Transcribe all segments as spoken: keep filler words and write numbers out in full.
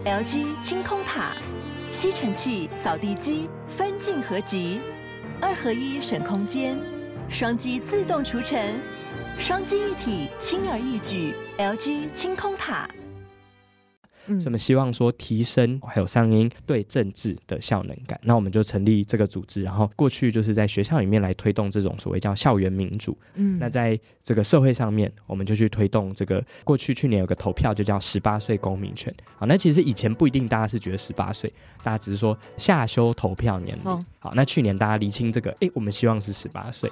L G 清空塔，吸尘器、扫地机分镜合集，二合一省空间，双击自动除尘，双击一体轻而易举。L G 清空塔。 所以我们希望说提升还有上音对政治的效能感，那我们就成立这个组织，然后过去就是在学校里面来推动这种所谓叫校园民主。嗯，那在这个社会上面，我们就去推动这个过去去年有个投票就叫十八岁公民权。好，那其实以前不一定大家是觉得十八岁，大家只是说下修投票年龄。好，那去年大家厘清这个，哎，我们希望是十八岁。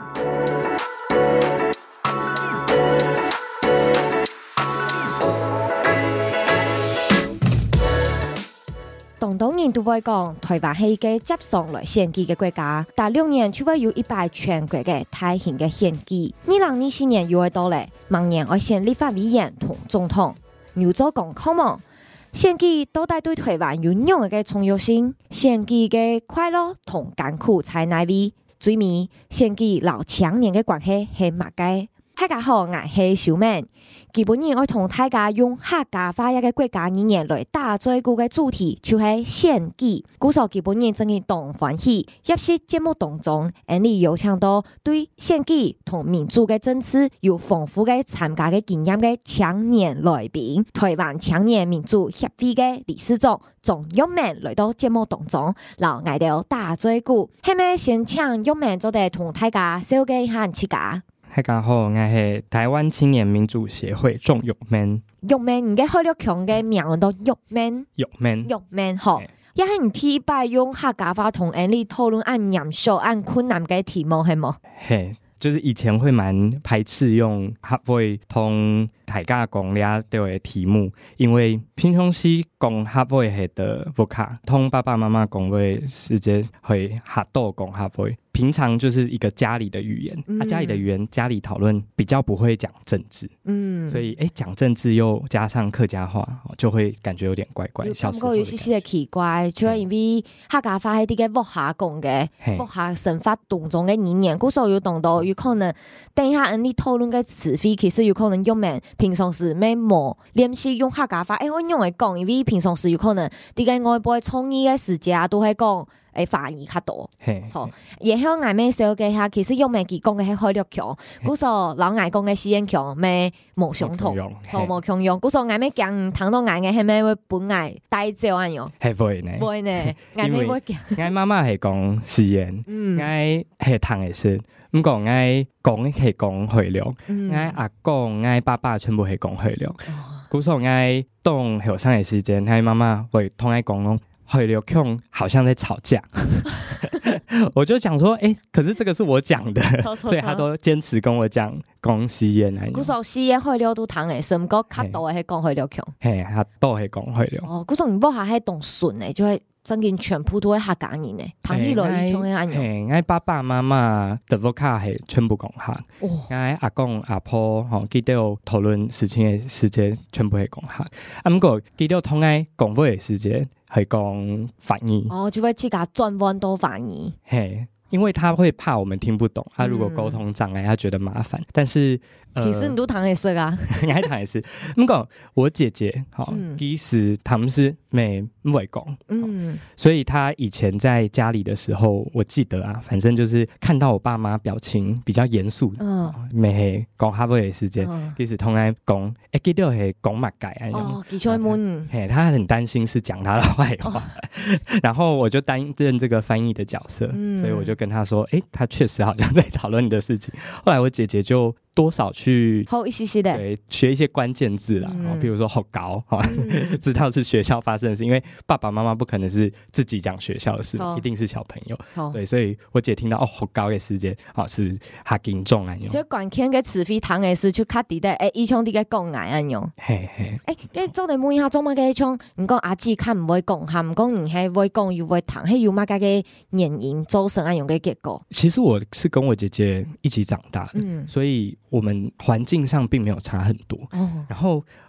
广东人都會講，台灣係一個接送來選舉嘅國家，但六年就會有一擺全國嘅大型嘅選舉。二零二四年又會到咧，明年我選立法委員同總統。要做講考嘛，選舉到底對台灣有樣嘅重要性？選舉嘅快樂同艱苦在哪裡？最尾選舉老青年嘅關係係乜嘅？大家好，我係小明。基本上我同大家用客家話一個國家語言來打最久嘅主題，就係選舉。故所基本上真係當歡喜。入式節目當中，我哋有請到對選舉同民主嘅政治有豐富嘅參加嘅經驗嘅青年來賓，台灣青年民主協會嘅理事長鍾玉明來到節目當中，留我哋打最久。係咪先請玉明做哋同大家紹介一下自家？ 大家好，我係台灣青年民主協會鍾玉明。 玉明，你嘅學歷強嘅名叫玉明。 玉明， 玉明，好。一係你第一擺用客家話同人哋討論按嚴肅、按困難嘅題目係冇？ 係，就是以前會蠻排斥用客話同大家講倆對嘅題目，因為平常時講客話係的不卡，同爸爸媽媽講話時間會嚇到講客話。平常就是一個家裡的語言、嗯、啊，家裡的語言家裡討論比較不會講政治，嗯，所以誒講政治又加上客家話，就會感覺有點怪怪。 小時候有少少嘅奇怪，除咗因為客家話係啲嘅木下講嘅，木下神法當中嘅語言，故所有當到有可能等一下人哋討論嘅詞彙，其實有可能用名平常時咩冇練習用客家話，誒我用嚟講，因為平常時有可能啲嘅外部嘅創意嘅時節都係講。誒反而較多，錯。然後我咩小嘅下，其實用咩佢講嘅係學歷強，故所老外講嘅實驗強，咩冇相同，錯冇強用。故所我咩講談到我嘅係咩會本愛帶走安樣， 係會呢， 會呢，我咩會講。 我媽媽係講實驗，我係談嘅事，唔講我講係講學歷，我阿公我爸爸全部係講學歷。故所我當學生嘅時間，我媽媽會同我講咯。會流控好像在吵架我就講說哎、欸，可是這個是我講的所以他都堅持跟我講講實驗啊。古時候實驗會流都談誒，唔過較多係講會流控，嘿，他都係講會流。哦，古時候唔好下係當順誒，就係真見全部都係客家人誒，談起來以前嘅安樣。嘿，我爸爸媽媽的 vocal 係全部講客，我阿公阿婆吼，記得討論事情嘅時間全部係講客。啊，唔過記得同我講話嘅時間。係講反義哦，就會自己轉彎到反義。嘿，因為他會怕我們聽不懂，他、啊、如果溝通障礙，他覺得麻煩。但是，呃、其實你都談也是啊，我談也是。不過我姐姐，好、哦，其實他們是沒唔會講，嗯，所以他以前在家裡的時候，我記得啊，反正就是看到我爸媽表情比較嚴肅，嗯，沒係講客話的時間，其實通常講，誒，記得係講乜解啊？哦，記錯門，嘿，他很擔心是講他的壞話，哦、然後我就擔任這個翻譯的角色，嗯、所以我就跟他說，誒，他確實好像在討論你的事情。後來我姐姐就多少去好一些些的對學一些關鍵字啦，嗯、比如說好高、嗯、知道是學校發生的事，因為爸爸媽媽不可能是自己講學校的事，一定是小朋友，對，所以我姐聽到哦好高嘅時間，哦是嚇緊張啊，就關鍵嘅詞彙談嘅事就較啲的，誒以前啲嘅講嗌啊樣，嘿嘿，誒，做嚟問一下做乜嘅種，唔講阿姊較唔會講，嚇唔講唔係會講又會談，係有乜嘅嘅原因造成啊樣嘅結果。其實我是跟我姐姐一起長大的，嗯、所以我們環境上並沒有差很多，哦、然後我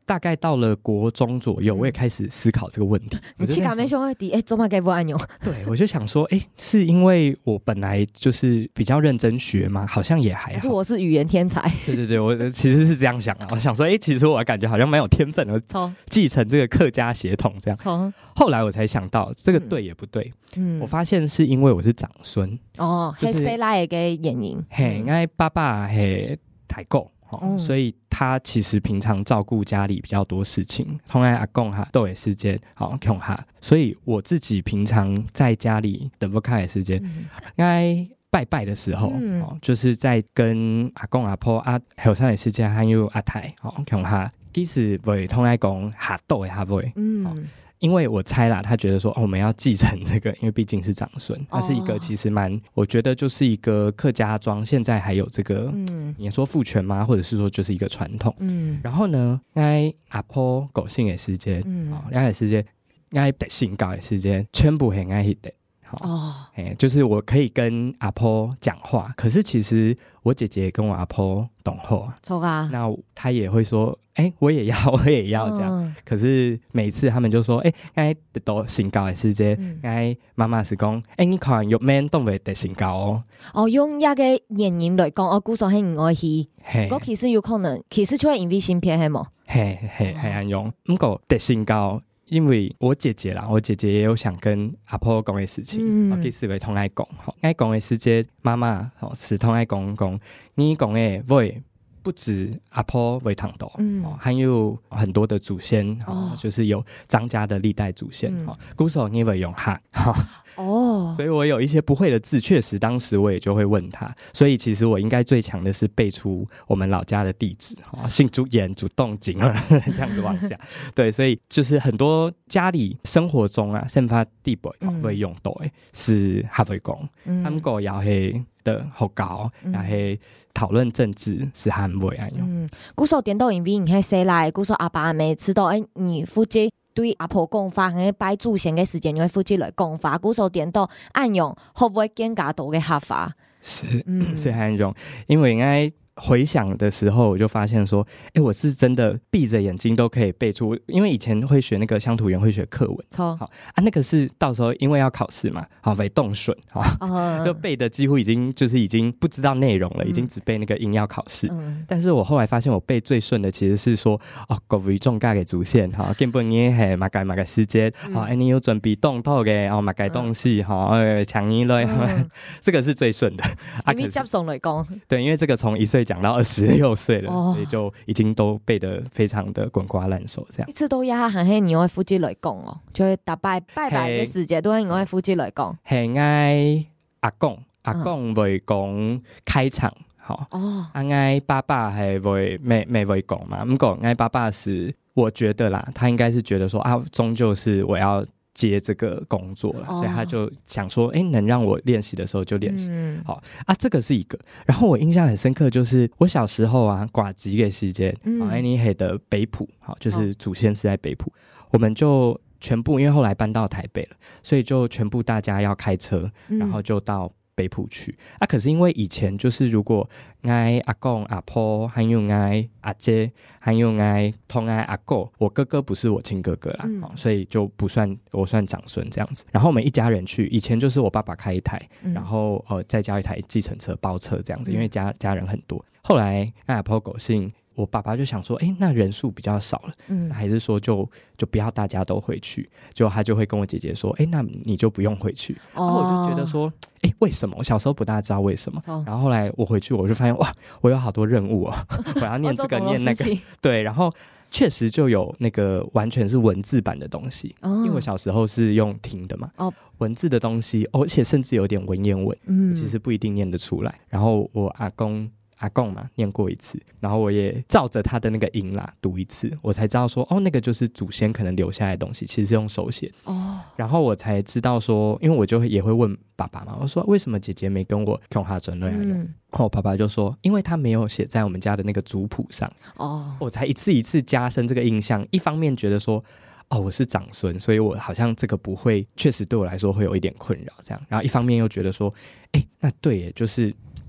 大概到了国中左右，我也开始思考这个问题。 你气感没兄弟，哎，怎么给不按钮？ 对，我就想说，哎，是因为我本来就是比较认真学吗？好像也还好。 是我是语言天才。 对对对，我其实是这样想啊。我想说，哎，其实我感觉好像蛮有天分的，继承这个客家血统这样。后来我才想到，这个对也不对。嗯，我发现是因为我是长孙哦，系谁来嘅原因？ 嘿，因为爸爸系台购。哦、所以他其实平常照顾家里比较多事情，同爱阿公哈都有时间好用哈，所以我自己平常在家里等不开的时间，应该拜拜的时候、嗯哦、就是在跟阿公阿婆啊后生的时间还有阿太好用哈，其实会同爱讲哈斗的哈会嗯。哦因为我猜啦，他觉得说、哦、我们要继承这个，因为毕竟是长孙，它是一个其实蛮，我觉得就是一个客家庄，现在还有这个，嗯，你说父权吗？或者是说就是一个传统，嗯。然后呢，因为阿婆狗性的时间，嗯，两海时间，因为得性高的时间，全部很爱的。哦，欸、就是我可以跟阿婆讲话，可是其实我姐姐跟我阿婆懂话， 错啊， 那她也会说，哎、欸，我也要，我也要这样。嗯、可是每次他们就说，哎、欸，该都身高的时间，该妈妈是讲，哎、欸，你看有免动袂得身高哦。 哦，用一個原因來講，我估數係唔愛去，嗰其實有可能，其實就係因為芯片係冇， 係係係安用，不過得身高。因為我姐姐啦，我姐姐也有想跟阿婆講的事情，我其實會同她講，愛講的時間，媽媽是同她講講，你講的會不止阿婆會躺到，嗯，還有很多的祖先，哦、就是有張家的歷代祖先，古時候你會用哈，哦，所以我有一些不會的字，確實當時我也就會問他，所以其實我應該最強的是背出我們老家的地址，姓朱眼主動景這樣子往下，對，所以就是很多家裡生活中啊，生發地輩會用到的是哈會講，他們個要係的學校，也係討論政治是韓會啊用。 嗯，古時候點到因為你係誰來，古時候阿爸阿妹知道，哎，你負責對阿婆講法，喺擺祖先嘅時間，你會負責來講法。古時候點到按用，會不會更加多嘅合法？ 是，嗯、是按用，因為應該。回想的時候我就發現說哎，我是真的閉着眼睛都可以背出，因為以前會學那個鄉土語言會學課文好啊，那個是到時候因為要考試嘛好為動順好就背的幾乎已經就是已經不知道內容了、嗯、已經只背那個音要考試、嗯、但是我後來發現我背最順的其實是說哦各位眾家嘅祖先好根本也係馬改馬改時間好哎你有準備動套嘅哦馬改東西好呃搶一類這個是最順的因為接送來講對因為這個從一歲講到二十六歲了、哦、所以就已經都背得非常的滾瓜爛熟這樣一次都也係係你愛夫妻來講哦就係大拜拜拜嘅時節都係我愛夫妻來講係愛阿公阿公會講開場好哦愛爸爸係會未未會講嘛不過愛爸爸是我覺得啦他應該是覺得說啊終究是我要接這個工作了、哦、所以他就想說哎，能讓我練習的時候就練習、嗯、好啊這個是一個然後我印象很深刻就是我小時候啊寡吉的時間哎你黑的北埔好就是祖先是在北埔、哦、我們就全部因為後來搬到台北了所以就全部大家要開車、嗯、然後就到北埔去啊可是因為以前就是如果愛阿公阿婆還有愛阿姐還有愛同愛阿哥我哥哥不是我親哥哥啦、嗯哦、所以就不算我算長孫這樣子然後我們一家人去以前就是我爸爸開一台、嗯、然後呃再加一台計程車包車這樣子因為家家人很多後來愛阿婆狗姓我爸爸就想說哎，那人數比較少了嗯，還是說就就不要大家都回去結果他就會跟我姐姐說哎，那你就不用回去、哦、然後我就覺得說哎，為什麼我小時候不大知道為什麼、哦、然後後來我回去我就發現哇我有好多任務哦我要念這個念那個對然後確實就有那個完全是文字版的東西、哦、因為我小時候是用聽的嘛、哦、文字的東西而且甚至有點文言文、嗯、其實不一定念得出來然後我阿公阿公嘛念過一次然後我也照着他的那個音啦讀一次我才知道說哦那個就是祖先可能留下來的東西其實是用手寫哦然後我才知道說因為我就也會問爸爸嘛我說為什麼姐姐沒跟我用他轉類來用然後我爸爸就說因為他沒有寫在我們家的那個族譜上哦我才一次一次加深這個印象一方面覺得說哦我是長孫所以我好像這個不會確實對我來說會有一點困擾這樣然後一方面又覺得說哎那對耶就是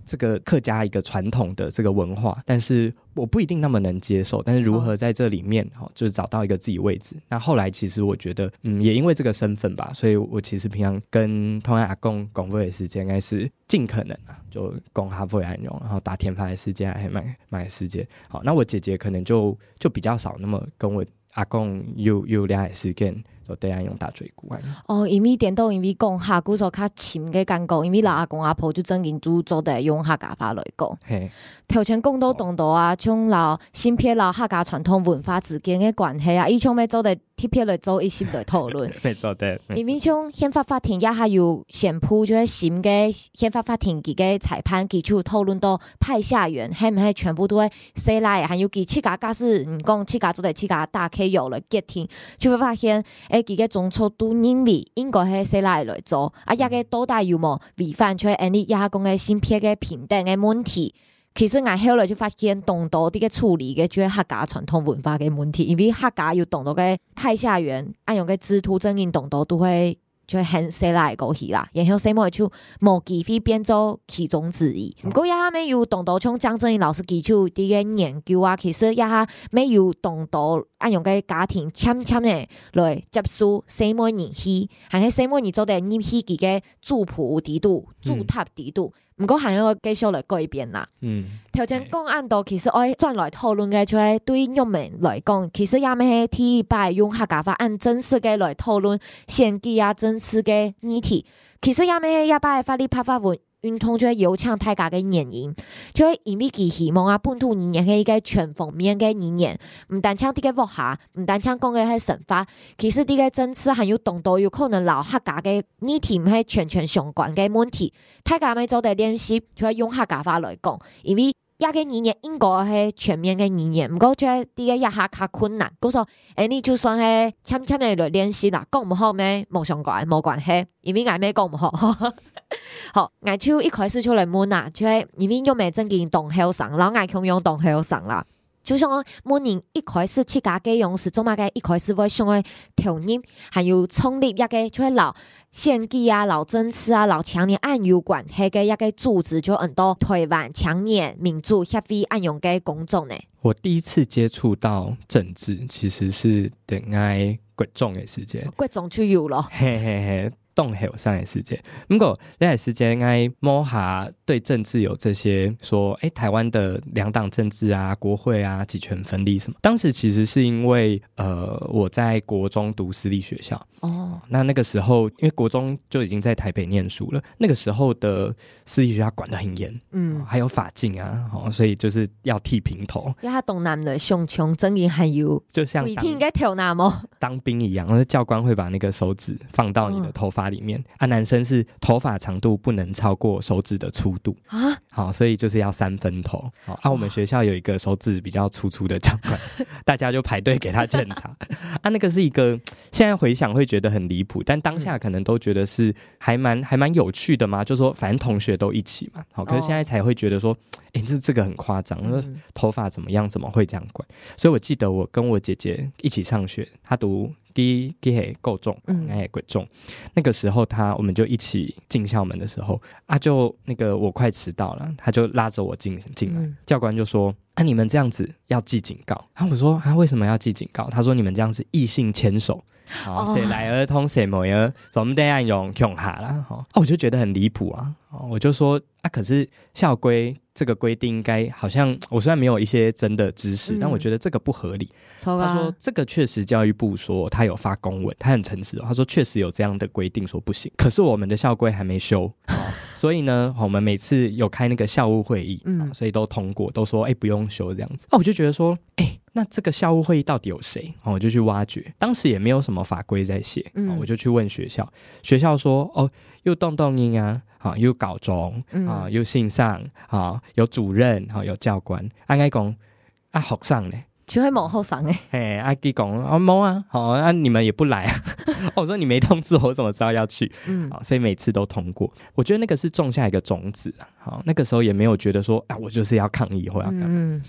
这个客家一个传统的这个文化，但是我不一定那么能接受，但是如何在这里面、哦、就是找到一个自己位置。那后来其实我觉得嗯，也因为这个身份吧，所以我其实平常跟同样阿公讲话的时间应该是尽可能啊，就讲哈佛安用，然后打天发的时间还买买的时间。好，那我姐姐可能就就比较少那么跟我阿公有有两个时间就对安用打嘴鼓哦，因为电动因为讲客古时较深嘅感觉，因为老阿公阿婆就真经主做的用客家话来讲。嘿，头前讲到动作啊，像老新片老客家传统文化之间嘅关系啊，伊像要做的特别来做一些来讨论。 没做的， 因为像宪法法庭也还有宣布，就是新嘅宪法法庭佢嘅裁判基礎討論到派下員，係唔係全部都係寫來的？還有佢七家假使唔講七家做的七家大 K 有了決定，就會發現誒佢嘅總錯都認為應該係寫來來做，啊一個到底有冇違反出誒你也講嘅性別嘅平等嘅問題？其實我後來就發現當道啲嘅處理嘅就係客家傳統文化嘅問題，因為客家有當道嘅派下員，按用嘅制度正經當道都會就很寫來過去啦，然後寫冇就冇機會變做其中之一。不過也下面有當道像張正義老師基礎啲嘅研究啊，其實也下沒有當道按用嘅家庭簽簽嘅來接受寫冇人去，還係寫冇人做的入去佢嘅族譜地度、族塔地度。唔過還要繼續來改變啦。嗯，頭前講按到其實我轉來討論嘅就係對於我們來講，其實也咪係第一擺用客家話按正式嘅來討論獻祭啊正式嘅議題。其實也咪係一擺法律拍法文運動就係有搶大家嘅原因，就係因為佢希望啊本土語言係一個全方面嘅語言，唔單搶啲嘅文化，唔單搶講嘅係神法，其實啲嘅政策還有動作有可能留客家嘅議題唔係全全相關嘅問題，大家咪做啲練習，就係用客家話來講，因為一個語言應該係全面嘅語言，唔過就係啲嘅一下較困難，嗰時候誒你就算係簽簽嚟來練習啦，講唔好咩冇相關冇關係，因為我咩講唔好。好，我就一開始就來問啊，就係因為用咩正經當後生，然後我強用當後生啦。就像問人一開始去家嘅用時，做乜嘅一開始會想去投入，還有創立一個就係老獻祭啊、老政治啊、老青年按有關係嘅一個組織，就很多台灣青年民主協會按用嘅工作呢。 我第一次接觸到政治，其實是等喺國中嘅時間， 國中就有咯。 嘿嘿嘿。動後生的時間，不過那段時間應該摸下對政治有這些說，哎，台灣的兩黨政治啊、國會啊、幾權分立什麼。當時其實是因為，呃，我在國中讀私立學校，哦，那那個時候因為國中就已經在台北念書了，那個時候的私立學校管得很嚴，嗯，還有髮禁啊，哦，所以就是要剃平頭。 因為他東南的胸腔真的還有， 就像不一定應該挑那麼當兵一樣，教官會把那個手指放到你的頭髮裡面、嗯、啊，男生是頭髮長度不能超過手指的粗度啊，好，所以就是要三分頭。好啊，我們學校有一個手指比較粗粗的教官，大家就排隊給他檢查啊，那個是一個現在回想會覺得很離譜，但當下可能都覺得是還蠻還蠻有趣的嘛，就說反正同學都一起嘛，好，可是現在才會覺得說，哎、欸，這這個很誇張，嗯、頭髮怎麼樣怎麼會這樣管？所以我記得我跟我姐姐一起上學，她讀第第系夠重，哎，貴重。那個時候他，我們就一起進校門的時候，啊，就那個我快遲到了，他就拉着我進進來、嗯，教官就說：啊，你們這樣子要記警告。啊，我說：啊，為什麼要記警告？他說：你們這樣子異性牽手，啊，誰來兒童誰沒兒，怎麼這樣用用下啦？哦，啊，我就覺得很離譜啊，我就說：啊，可是校規。這個規定應該好像我雖然沒有一些真的知識、嗯、但我覺得這個不合理、啊、他說這個確實教育部說他有發公文，他很誠實、哦、他說確實有這樣的規定說不行，可是我們的校規還沒修、哦、所以呢我們每次有開那個校務會議、嗯哦、所以都通過，都說哎不用修這樣子、啊、我就覺得說哎那這個校務會議到底有誰、哦、我就去挖掘，當時也沒有什麼法規在寫、嗯哦、我就去問學校，學校說哦有動動音啊啊，有高中、嗯、啊，有信上啊，有主任啊，有教官。按該講啊，學生呢， 就係冇學生誒。 嘿，阿基講啊冇啊，好啊，你們也不來啊。我說你沒通知我，我怎麼知道要去？嗯，啊，所以每次都通過。我覺得那個是種下一個種子啊。好，那個時候也沒有覺得說啊，我就是要抗議或要幹嘛。嗯。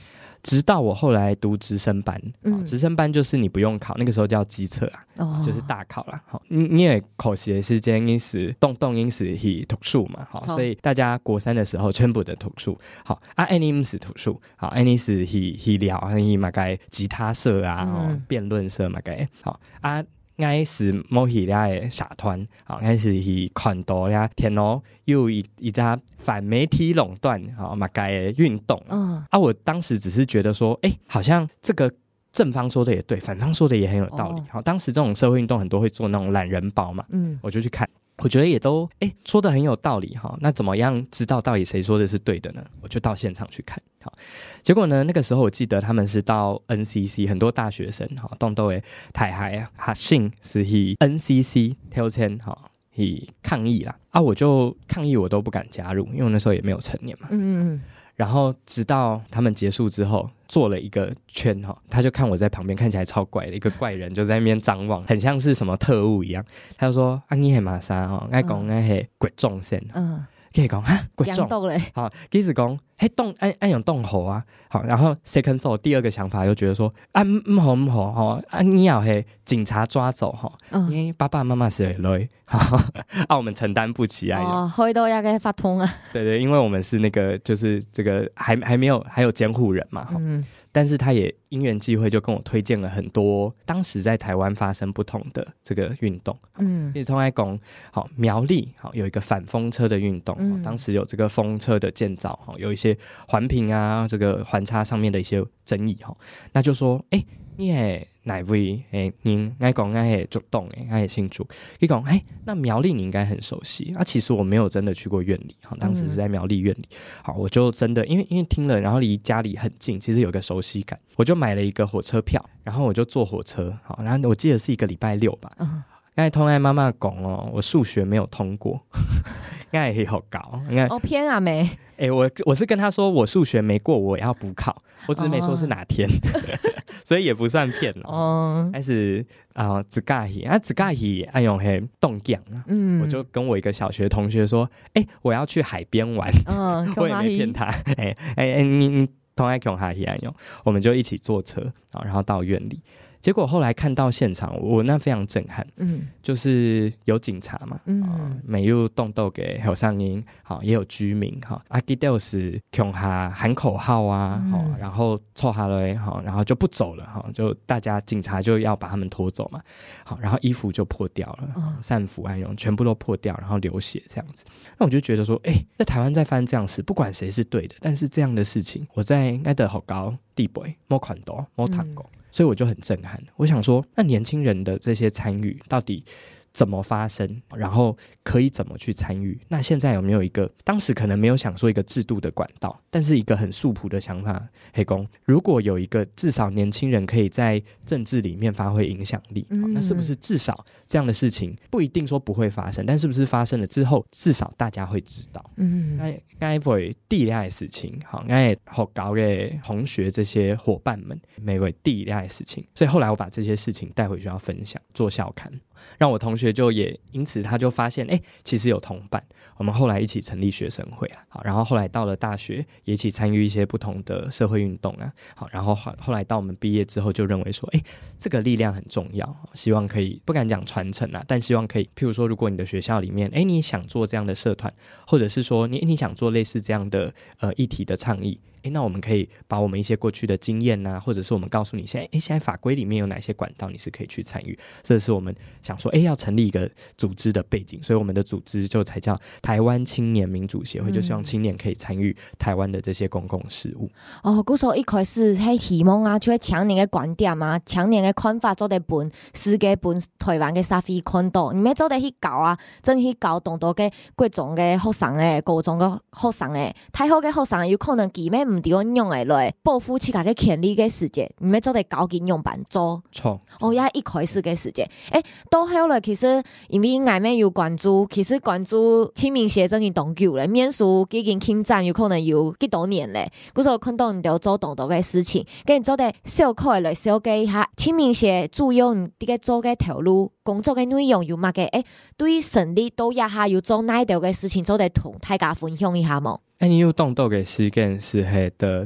直到我后来读直升班，嗯，直升班就是你不用考，那个时候叫基测啊，哦，就是大考啦。好，你你也考试的时间因是动动因是去读书嘛，好，所以大家国三的时候全部的读书，好啊，安尼不是读书，好，安尼是去去聊，安尼嘛该吉他社啊，哦，辩论社嘛该，好啊。我是某一俩的社团，好，我是去看到呀，天哦，有一一家反媒体垄断，好，嘛该运动，嗯，啊，我当时只是觉得说，哎、欸，好像这个正方说的也对，反方说的也很有道理，好，当时这种社会运动很多会做那种懒人包嘛，嗯，我就去看。我觉得也都哎、欸、说的很有道理哈，那怎么样知道到底谁说的是对的呢？我就到现场去看，好，结果呢那个时候我记得他们是到 N C C 很多大学生哈，动都诶台海啊哈信是去 N C C 挑签哈去抗议啦啊，我就抗议我都不敢加入，因为我那时候也没有成年嘛，嗯嗯。然后直到他们结束之后做了一个圈哈，他就看我在旁边看起来超怪的一个怪人就在那边张望，很像是什么特务一样。他就说啊，你是马莎哈，爱讲爱是国中生，嗯，可以讲哈国中，好，其实讲嘿动按按用动吼啊，好，然后 second thought 第二个想法又觉得说啊唔好唔好哈，啊你要嘿警察抓走哈，因为爸爸妈妈是累，啊我们承担不起来， 哦，回到要给发通啊， 对对，因为我们是那个就是这个还还没有还有监护人嘛，嗯，但是他也因缘际会就跟我推荐了很多当时在台湾发生不同的这个运动，嗯，其实通来讲，好苗栗好有一个反风车的运动，嗯，当时有这个风车的建造，好有一些环评啊，这个环差上面的一些争议哈，那就说，哎、欸，你也哪位？哎，您爱讲爱也主动哎，爱也庆祝。你讲哎，那苗栗你应该很熟悉啊。其实我没有真的去过苑里，好，当时是在苗栗苑里，好，我就真的因为因为听了，然后离家里很近，其实有个熟悉感，我就买了一个火车票，然后我就坐火车，好，然后我记得是一个礼拜六吧。嗯，刚才通爱妈妈讲哦，我数学没有通过。应该也好高，应该哦偏啊没， 哎、欸，我我是跟他说我数学没过，我要补考，我只是没说是哪天，哦、所以也不算骗了。哦，还是啊，自驾戏啊，自驾戏爱用黑冻酱啊，嗯，我就跟我一个小学同学说，哎、欸，我要去海边玩，嗯，我也没骗他，哎哎哎，你你同爱用哈希爱用，我们就一起坐车啊，然后到院里。结果后来看到现场，我那非常震撼，嗯，就是有警察嘛，嗯，呃、美又动斗给有上音，好，也有居民，哈，阿基都是穷哈喊口号啊，好、嗯，然后凑下来，好，然后就不走了，哈，就大家警察就要把他们拖走嘛，好，然后衣服就破掉了，嗯、善服安容全部都破掉，然后流血这样子，那我就觉得说，哎、欸，在台湾在发生这样的事，不管谁是对的，但是这样的事情，我在应该的好高地位，没看到，没谈过。嗯，所以我就很震撼，我想说，那年轻人的这些参与到底怎么发生，然后可以怎么去参与？那现在有没有一个当时可能没有想说一个制度的管道，但是一个很素朴的想法，黑公，如果有一个至少年轻人可以在政治里面发挥影响力，嗯，那是不是至少这样的事情不一定说不会发生，但是不是发生了之后，至少大家会知道？嗯，那该会地理的事情，好，那学校的同学这些伙伴们，每位地理的事情，所以后来我把这些事情带回学校分享，做校刊，让我同学就也因此他就发现，哎、欸，其实有同伴，我们后来一起成立学生会啊，好，然后后来到了大学也一起参与一些不同的社会运动啊，好，然后后来到我们毕业之后就认为说，哎、欸，这个力量很重要，希望可以不敢讲传承啊，但希望可以，譬如说，如果你的学校里面，哎、欸，你想做这样的社团，或者是说你你想做类似这样的呃议题的倡议。欸、那我们可以把我们一些过去的经验啊，或者是我们告诉你现在，欸、现在法规里面有哪些管道你是可以去参与，这是我们想说，哎、欸，要成立一个组织的背景，所以我们的组织就才叫台湾青年民主协会，嗯、就希望青年可以参与台湾的这些公共事务。 哦，古时候一开始迄希望啊，就係青年嘅觀點啊，青年嘅看法做得分，世界分台灣嘅社會看到，你咩做得去搞啊，真去搞動到嘅各種嘅學生嘅，高中嘅學生嘅，太好嘅學生有可能佢咩唔對用誒來報復自家嘅權利嘅時節，你咩做得搞緊用版做錯。哦，也一開始嘅時節，誒，到後來其實因為外面有關注，其實關注青民協真係動久咧，免書已經傾戰有可能有幾多年咧，嗰時候看到你就做動到嘅事情，跟住做得小可來小解一下，青民協主要你嘅做嘅條路工作嘅內容有乜嘅？誒，對成立到一下有做哪條嘅事情，做得同大家分享一下冇？ N U 動鬥嘅事件是係的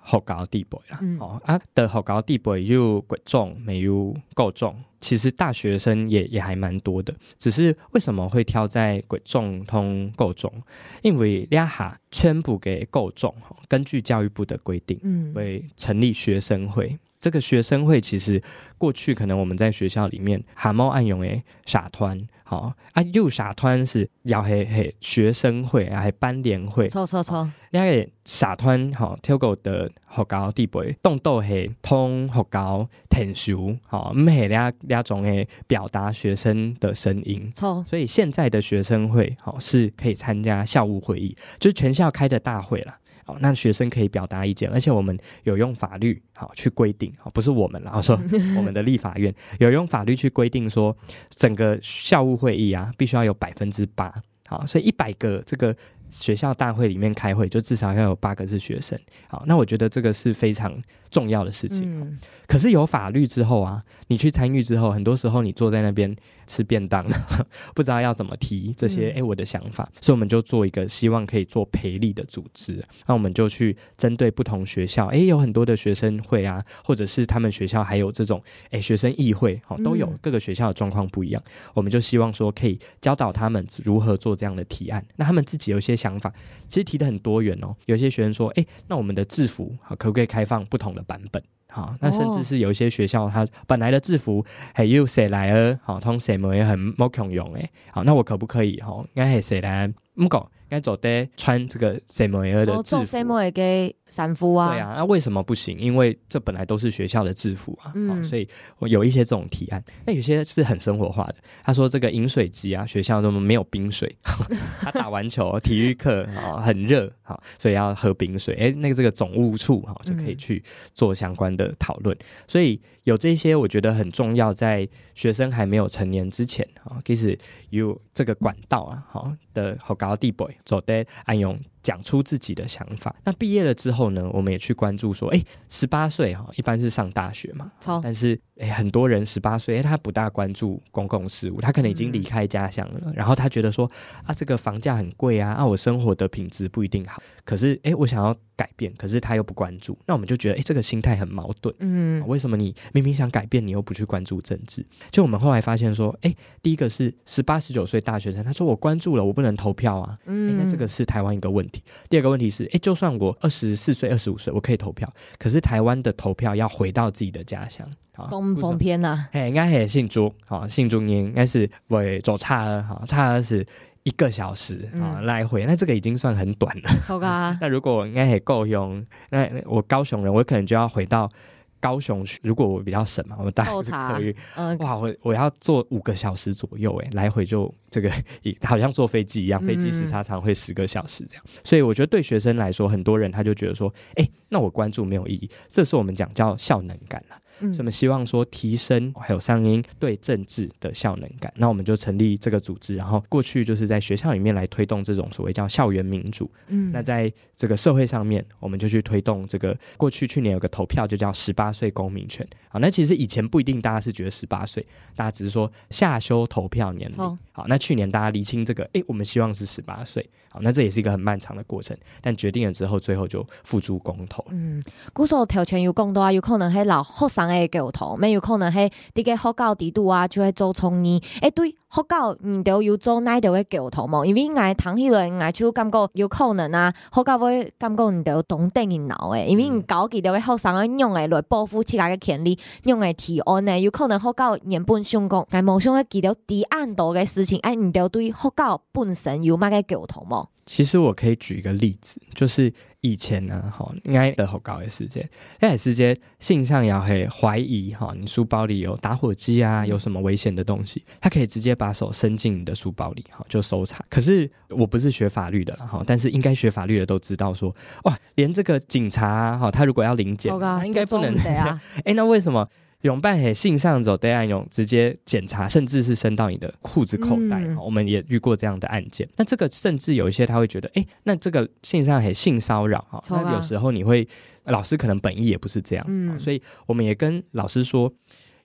學校地位啦， 嗯哦啊的學校地位有國中沒有高中，其實大學生也也還蠻多的，只是為什麼會挑在國中同高中？因為兩下全部嘅高中，根據教育部的規定，嗯，會成立學生會。這個學生會其實過去可能我們在學校裡面蛤蟆暗用誒社團，好啊，有社團是要係係學生會啊，係班聯會， 錯錯錯， 兩個社團吼，透過的學校地位，當到係通學校填書，吼，唔係兩兩種誒表達學生的聲音，錯，所以現在的學生會，吼，是可以參加校務會議，就是全校開的大會啦。好，那學生可以表達意見，而且我們有用法律好去規定，好，不是我們啦，我說我們的立法院有用法律去規定說，整個校務會議啊，必須要有百分之八，好，所以一百個這個學校大會裡面開會，就至少要有八個是學生，好，那我覺得這個是非常重要的事情。嗯，可是有法律之後啊，你去參與之後，很多時候你坐在那邊吃便當，不知道要怎麼提這些，哎、嗯欸，我的想法，所以我們就做一個希望可以做培力的組織，那我們就去針對不同學校，哎、欸，有很多的學生會啊，或者是他們學校還有這種，哎、欸，學生議會，好，都有，各個學校的狀況不一樣，我們就希望說可以教導他們如何做這樣的提案，那他們自己有一些想法，其實提得很多元哦，有些學生說，哎、欸，那我們的制服好可不可以開放不同的版本？好，那甚至是有一些學校，它本來的制服還有誰來兒，好，通誰沒很冇共用誒，好，那我可不可以？好，應該係誰來？唔講，應該走得穿這個誰沒兒的制服，做誰沒嘅衫褲啊？對啊，那為什麼不行？因為這本來都是學校的制服啊，嗯，所以我有一些這種提案。那有些是很生活化的，他說這個飲水機啊，學校都沒有冰水，他打完球體育課啊很熱，好，所以要喝冰水。誒，那個這個總務處好就可以去做相關的討論。嗯，所以有這些我覺得很重要，在學生還沒有成年之前啊，其實有這個管道啊，好的好高地位走得按用。講出自己的想法。那畢業了之後呢，我們也去關注說，哎，十八歲哈，一般是上大學嘛，但是哎，很多人十八歲，哎，他不大關注公共事務，他可能已經離開家鄉了，嗯，然後他覺得說，啊，這個房價很貴啊，啊，我生活的品質不一定好，可是哎，我想要改變，可是他又不關注，那我們就覺得，哎，這個心態很矛盾，嗯，為什麼你明明想改變，你又不去關注政治？就我們後來發現說，哎，第一個是十八、十九歲大學生，他說我關注了，我不能投票啊，嗯，那這個是台灣一個問題。第二個問題是，誒，就算我二十四歲、二十五歲，我可以投票，可是台灣的投票要回到自己的家鄉， 東風偏啊， 應該係新竹，好，新竹應該是會走差額，好，差額是一個小時啊來回，那這個已經算很短了。錯噶，那如果我應該係高雄，那我高雄人，我可能就要回到高雄去，如果我比較省嘛，我大概是客運，嗯，哇，我我要坐五個小時左右，誒，來回就這個好像坐飛機一樣，飛機時差常會十個小時這樣，嗯，所以我覺得對學生來說，很多人他就覺得說，誒，那我關注沒有意義，這是我們講叫效能感啦。所以我們希望說提升還有聲音對政治的效能感，那我們就成立這個組織，然後過去就是在學校裡面來推動這種所謂叫校園民主。嗯，那在這個社會上面，我們就去推動這個過去去年有個投票就叫十八歲公民權。好，那其實以前不一定大家是覺得十八歲，大家只是說下修投票年齡。好，那去年大家釐清這個，誒，我們希望是十八歲。好，那這也是一個很漫長的過程，但決定了之後，最後就付諸公投。嗯， 古時候頭前有講到啊，有可能係老學生嘅交投，咩有可能係啲嘅學校制度啊，就係做創意。誒，對，學校唔都要做哪條嘅交投嘛？因為我聽起來，我就感覺有可能啊，學校會感覺唔都懂得人腦誒，因為唔搞幾條嘅學生用嚟來保護自家嘅權利，用嚟提案呢，有可能學校原本想講，但冇想嘅幾條提案到嘅事情，誒，唔都對學校本身有乜嘅交投嘛？ 其實我可以舉一個例子，就是以前呢，哈，應該的學校的時間，那時間性上要係懷疑哈，你書包裡有打火機啊，有什麼危險的東西，他可以直接把手伸進你的書包裡，哈，就搜查。可是我不是學法律的哈，但是應該學法律的都知道說，哇，連這個警察哈，他如果要臨檢，他應該不能這樣。哎，那為什麼？用辦係性上走對岸用直接檢查，甚至是伸到你的褲子口袋，嗯，我們也遇過這樣的案件。那這個甚至有一些他會覺得，哎，那這個性上係性騷擾哈，那有時候你會老師可能本意也不是這樣，嗯，所以我們也跟老師說，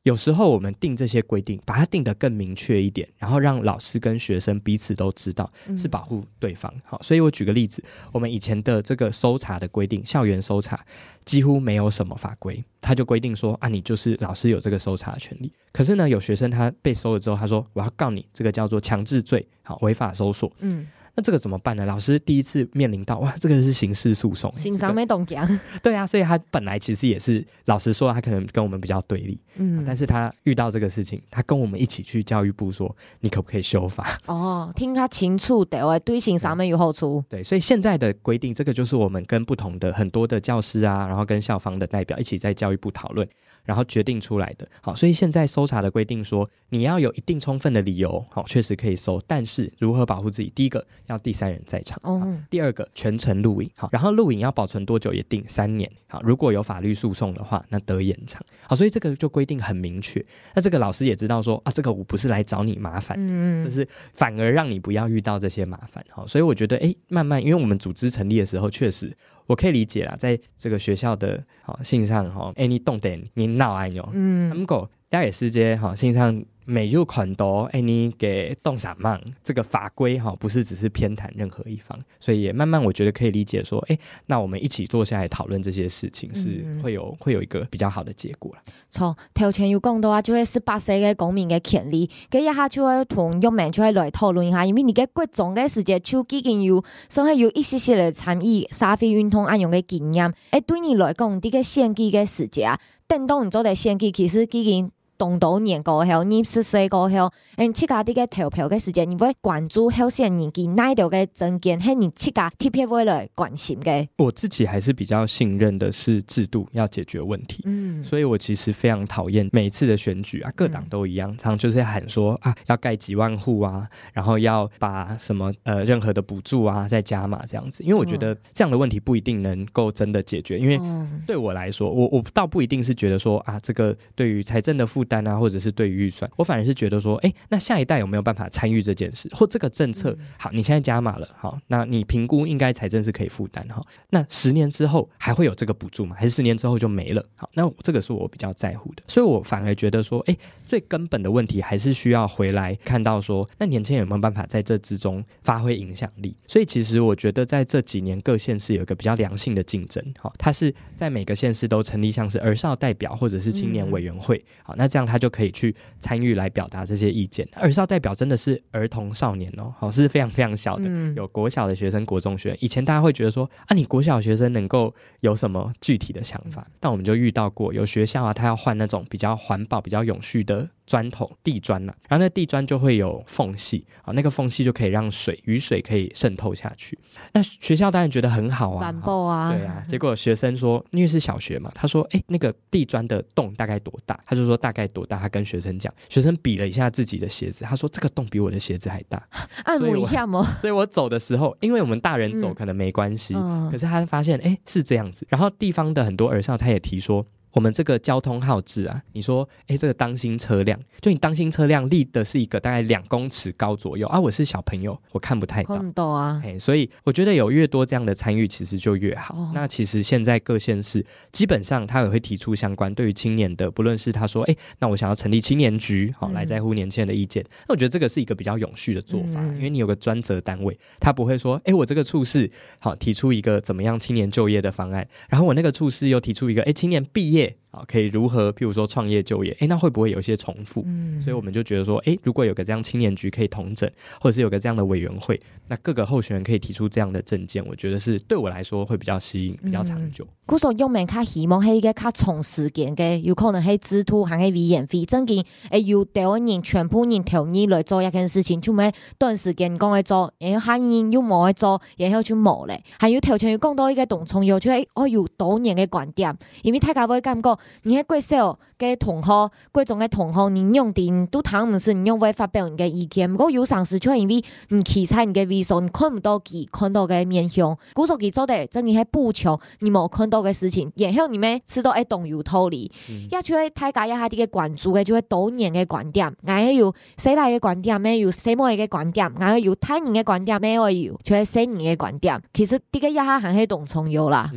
有时候我们定这些规定，把它定得更明确一点，然后让老师跟学生彼此都知道是保护对方。好，所以我举个例子，我们以前的这个搜查的规定，校园搜查几乎没有什么法规，他就规定说啊，你就是老师有这个搜查的权利。可是呢，有学生他被搜了之后，他说我要告你，这个叫做强制罪，好，违法搜索。嗯。那这个怎么办呢？老师第一次面临到，哇，这个是刑事诉讼， 刑上没懂讲、这个。对啊，所以他本来其实也是，老实说，他可能跟我们比较对立，嗯，但是他遇到这个事情，他跟我们一起去教育部说，你可不可以修法？ 哦，听他清楚的，对刑上面有好处。 对，所以现在的规定，这个就是我们跟不同的很多的教师啊，然后跟校方的代表一起在教育部讨论。然后决定出来的。好，所以现在搜查的规定说，你要有一定充分的理由，好，确实可以搜，但是如何保护自己？第一个要第三人在场，哦、第二个全程录影，好，然后录影要保存多久也定三年，好，如果有法律诉讼的话，那得延长，好，所以这个就规定很明确。那这个老师也知道说啊，这个我不是来找你麻烦，嗯，就是反而让你不要遇到这些麻烦，好，所以我觉得，哎，慢慢，因为我们组织成立的时候，确实。我可以理解啦，在这个学校的好性上哈，哎，你动点你闹哎哟，嗯，他们狗大家也是这好性上每入款多，哎，你给动啥忙？这个法规哈，不是只是偏袒任何一方，所以也慢慢我觉得可以理解说，哎，那我们一起坐下来讨论这些事情，是会有、嗯、会有一个比较好的结果啦。 错，頭前有講到啊，就係十八歲嘅公民嘅權利，咁一下就係同玉明就係來討論一下，因為你嘅各種嘅時間，就已經有，算係有一些些嘅參與社會運動按用嘅經驗。誒，對你來講，啲嘅選舉嘅時間啊，等到你做嘅選舉，其實已經。動到年過後，二十歲過後，誒，自家啲嘅投票嘅時間，你會關注候選人佢哪條嘅政見，係你自家特別會來關心嘅。 我自己還是比較信任的是制度要解決問題，嗯，所以我其實非常討厭每一次的選舉啊，各黨都一樣，常常就是喊說啊，要蓋幾萬戶啊，然後要把什麼呃任何的補助啊再加碼這樣子，因為我覺得這樣的問題不一定能夠真的解決，因為對我來說，我我倒不一定是覺得說啊，這個對於財政的負擔啊，或者是對於預算，我反而是覺得說，哎，那下一代有沒有辦法參與這件事，或這個政策，好，你現在加碼了，好，那你評估應該財政是可以負擔，好，那十年之後還會有這個補助嗎？還是十年之後就沒了？好，那這個是我比較在乎的，所以我反而覺得說，哎，最根本的問題還是需要回來看到說，那年輕人有沒有辦法在這之中發揮影響力？所以其實我覺得在這幾年各縣市有一個比較良性的競爭，好，它是在每個縣市都成立像是兒少代表或者是青年委員會，好，那這樣它就可以去參與來表達這些意見。兒少代表真的是兒童少年哦，好，是非常非常小的，有國小的學生、國中學生。以前大家會覺得說啊，你國小學生能夠有什麼具體的想法？但我們就遇到過有學校啊，他要換那種比較環保、比較永續的磚頭地磚啦、啊，然後那地磚就會有縫隙啊，那個縫隙就可以讓水雨水可以滲透下去。那學校當然覺得很好啊， 環保啊， 對啊。結果學生說，因為是小學嘛，他說，哎，那個地磚的洞大概多大？他就說大概多大？他跟學生講，學生比了一下自己的鞋子，他說這個洞比我的鞋子還大。 按摩一下嗎？ 所以我走的時候，因為我們大人走可能沒關係，嗯、可是他發現，哎，是這樣子。然後地方的很多兒少他也提說，我們這個交通號誌啊，你說，哎，這個當心車輛，就你當心車輛立的是一個大概兩公尺高左右啊，我是小朋友，我看不太到， 看不到啊， 哎，所以我覺得有越多這樣的參與，其實就越好。哦、那其實現在各縣市基本上他也會提出相關對於青年的，不論是他說，哎，那我想要成立青年局，好、嗯、來在乎年輕人的意見，那我覺得這個是一個比較永續的做法，嗯、因為你有個專責單位，他不會說，哎，我這個處室好提出一個怎麼樣青年就業的方案，然後我那個處室又提出一個，哎，青年畢業。可以如何譬如說創業就業，誒那會不會有一些重複、嗯、所以我們就覺得說，誒如果有個這樣青年局可以統整，或者是有個這樣的委員會，那各個候選人可以提出這樣的政見，我覺得是對我來說會比較吸引、比較長久。 古時候用面較希望係一個較長時間嘅，有可能係制度還係委員會，真嘅誒由台灣人全部人同意來做一件事情，就唔係短時間講去做，然後下人又冇去做，然後就冇咧。還有頭前要講到一個動創業，就係我有多年嘅觀點，因為大家會感覺。你喺貴小嘅同學，貴重嘅同學，你用啲都談唔是，你用會發表你嘅意見。不過有時時就因為你期待你嘅微信，你看唔到佢看到嘅面向。古時佢做的真係係不求你冇看到嘅事情，然後你咪知道一動有道理。一出去大家一下啲嘅關注嘅就係多年嘅觀點，我係有世代嘅觀點，咩有世代嘅觀點，我係有他人嘅觀點，咩我有就係世人嘅觀點。其實啲嘅一下係係動創業啦。 嗯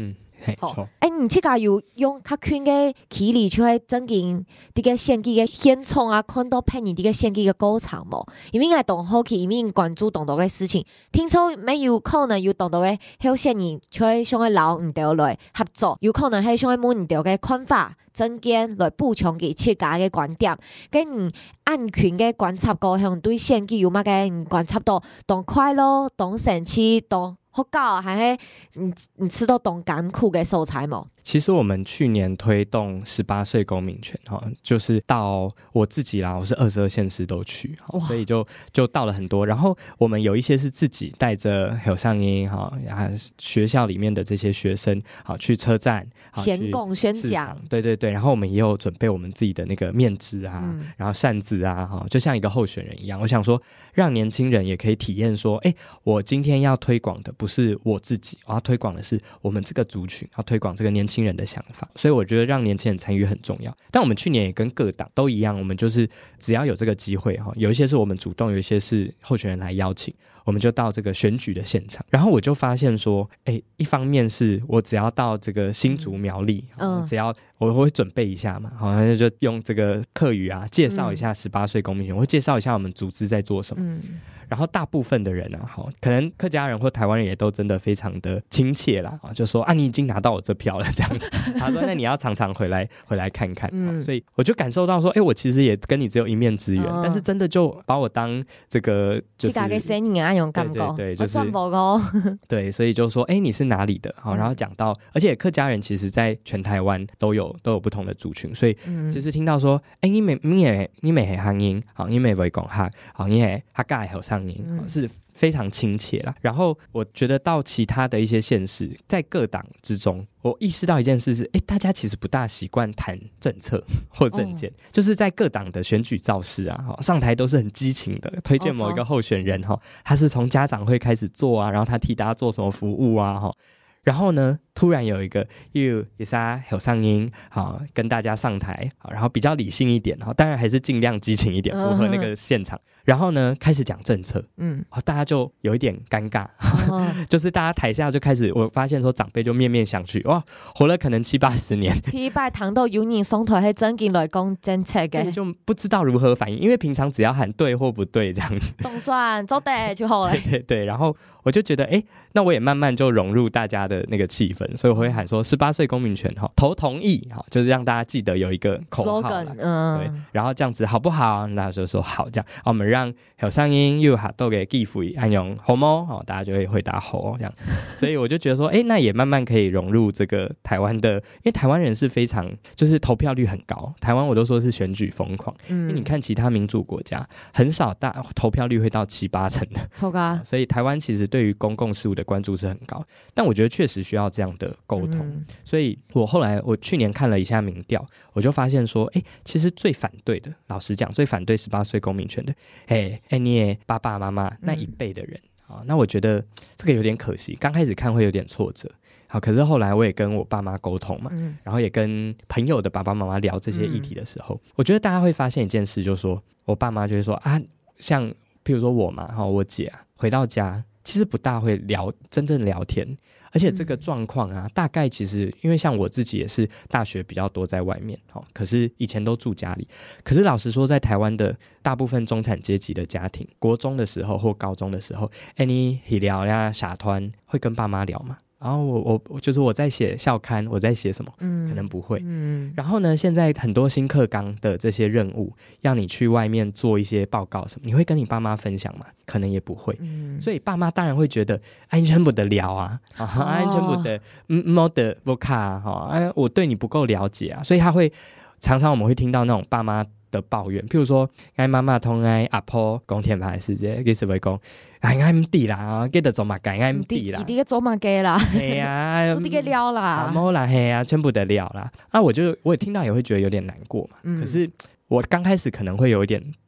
好，哎，你即个有用较宽嘅气力去增进啲嘅献祭嘅献创啊，看到陪你啲嘅献祭嘅歌唱无？因为我动好奇，因为关注动到嘅事情，听说没有可能有动到嘅有些人去想去捞唔到来合作，有可能係想去滿唔到嘅看法、增見來補充佢設計嘅觀點，跟按群嘅觀察過向對獻祭有乜嘅觀察到，當快樂、當神奇、當好高，還係你你吃到當艱苦嘅素材冇？ 其实我们去年推动十八岁公民权，就是到我自己啦，我是二十二县市都去，所以就就到了很多。然后我们有一些是自己带着有上音哈，学校里面的这些学生好去车站闲供宣讲， 对对对。然后我们也有准备我们自己的那个面纸啊，嗯、然后扇子啊，哈，就像一个候选人一样。我想说，让年轻人也可以体验说，哎，我今天要推广的不是我自己，我要推广的是我们这个族群，要推广这个年轻人的想法，所以我觉得让年轻人参与很重要。但我们去年也跟各党都一样，我们就是只要有这个机会，有一些是我们主动，有一些是候选人来邀请，我们就到这个选举的现场。然后我就发现说，哎，一方面是我只要到这个新竹苗栗，嗯、只要我会准备一下嘛，好像就用这个客语啊介绍一下十八岁公民权，我会介绍一下我们组织在做什么。嗯，然后大部分的人啊，好，可能客家人或台湾人也都真的非常的亲切啦，就说啊，你已经拿到我这票了这样子。他说那你要常常回来回来看看。嗯，所以我就感受到说，哎，我其实也跟你只有一面之缘，哦、但是真的就把我当这个就是。对对对，就是对，所以就说，哎，你是哪里的？好，然后讲到，而且客家人其实在全台湾都有都有不同的族群，所以其实听到说，哎，你每你也你每系汉音，好，你每会讲客，好，你系客家的后上音，是非常亲切啦。然后我觉得到其他的一些县市，在各党之中，我意识到一件事是，哎，大家其实不大习惯谈政策或政见，哦、就是在各党的选举造势啊，上台都是很激情的，推荐某一个候选人哈，他是从家长会开始做啊，然后他替大家做什么服务啊哈。然后呢，突然有一个又也是他有上音，好跟大家上台，好，然后比较理性一点，好，当然还是尽量激情一点，符合那个现场。嗯、然后呢，开始讲政策，嗯，好，大家就有一点尴尬，哦、就是大家台下就开始，我发现说长辈就面面相觑，哇，活了可能七八十年， 第一拜談到有人上台係真見來講政策嘅， 就不知道如何反應，因為平常只要喊對或不對這樣子， 動算做對就好了。 對對對，然後我就覺得，哎，那我也慢慢就融入大家的那個氣氛，所以我會喊說十八歲公民權投同意，就是讓大家記得有一個口號啦，嗯，對，然後這樣子好不好？大家就說好，這樣，我們讓有上音又哈都給記回按用好嗎？大家就會回答好，這樣，所以我就覺得說，哎，那也慢慢可以融入這個台灣的，因為台灣人是非常就是投票率很高，台灣我都說是選舉瘋狂，嗯，因為你看其他民主國家很少大投票率會到七八成的， 超高， 所以台灣其實對於公共事務的關注是很高，但我覺得確實需要這樣的溝通，嗯、所以我後來我去年看了一下民調，我就發現說，哎，其實最反對的，老實講，最反對十八歲公民權的，哎哎，你也爸爸媽媽那一輩的人，嗯、那我覺得這個有點可惜，剛開始看會有點挫折。好，可是後來我也跟我爸媽溝通嘛，嗯、然後也跟朋友的爸爸媽媽聊這些議題的時候，嗯、我覺得大家會發現一件事，就是說我爸媽就會說啊，像譬如說我嘛，我姐啊，回到家其實不大會聊真正聊天，而且這個狀況啊，大概其實因為像我自己也是大學比較多在外面，可是以前都住家裡，可是老實說在台灣的大部分中產階級的家庭，國中的時候或高中的時候，哎，你聊呀社團會跟爸媽聊嗎？然後我我就是我在寫校刊，我在寫什麼，嗯，可能不會，嗯，然後呢，現在很多新課綱的這些任務，要你去外面做一些報告什麼，你會跟你爸媽分享嗎？可能也不會，嗯，所以爸媽當然會覺得安全不得了啊，哦、安全不得，嗯，冇得不卡哈，哎，我對你不夠了解啊，所以他會常常我們會聽到那種爸媽的抱怨，譬如說，哎，媽媽同哎阿婆講天牌事啫，其實會講。哎，唔得啦，記得做乜嘅，唔得啦， 啲嘅做乜嘅啦， 係啊， 都啲嘅料啦， 冇啦，係啊，全部的料啦。啊，我就我也聽到也會覺得有點難過嘛。嗯、可是我剛開始可能會有一點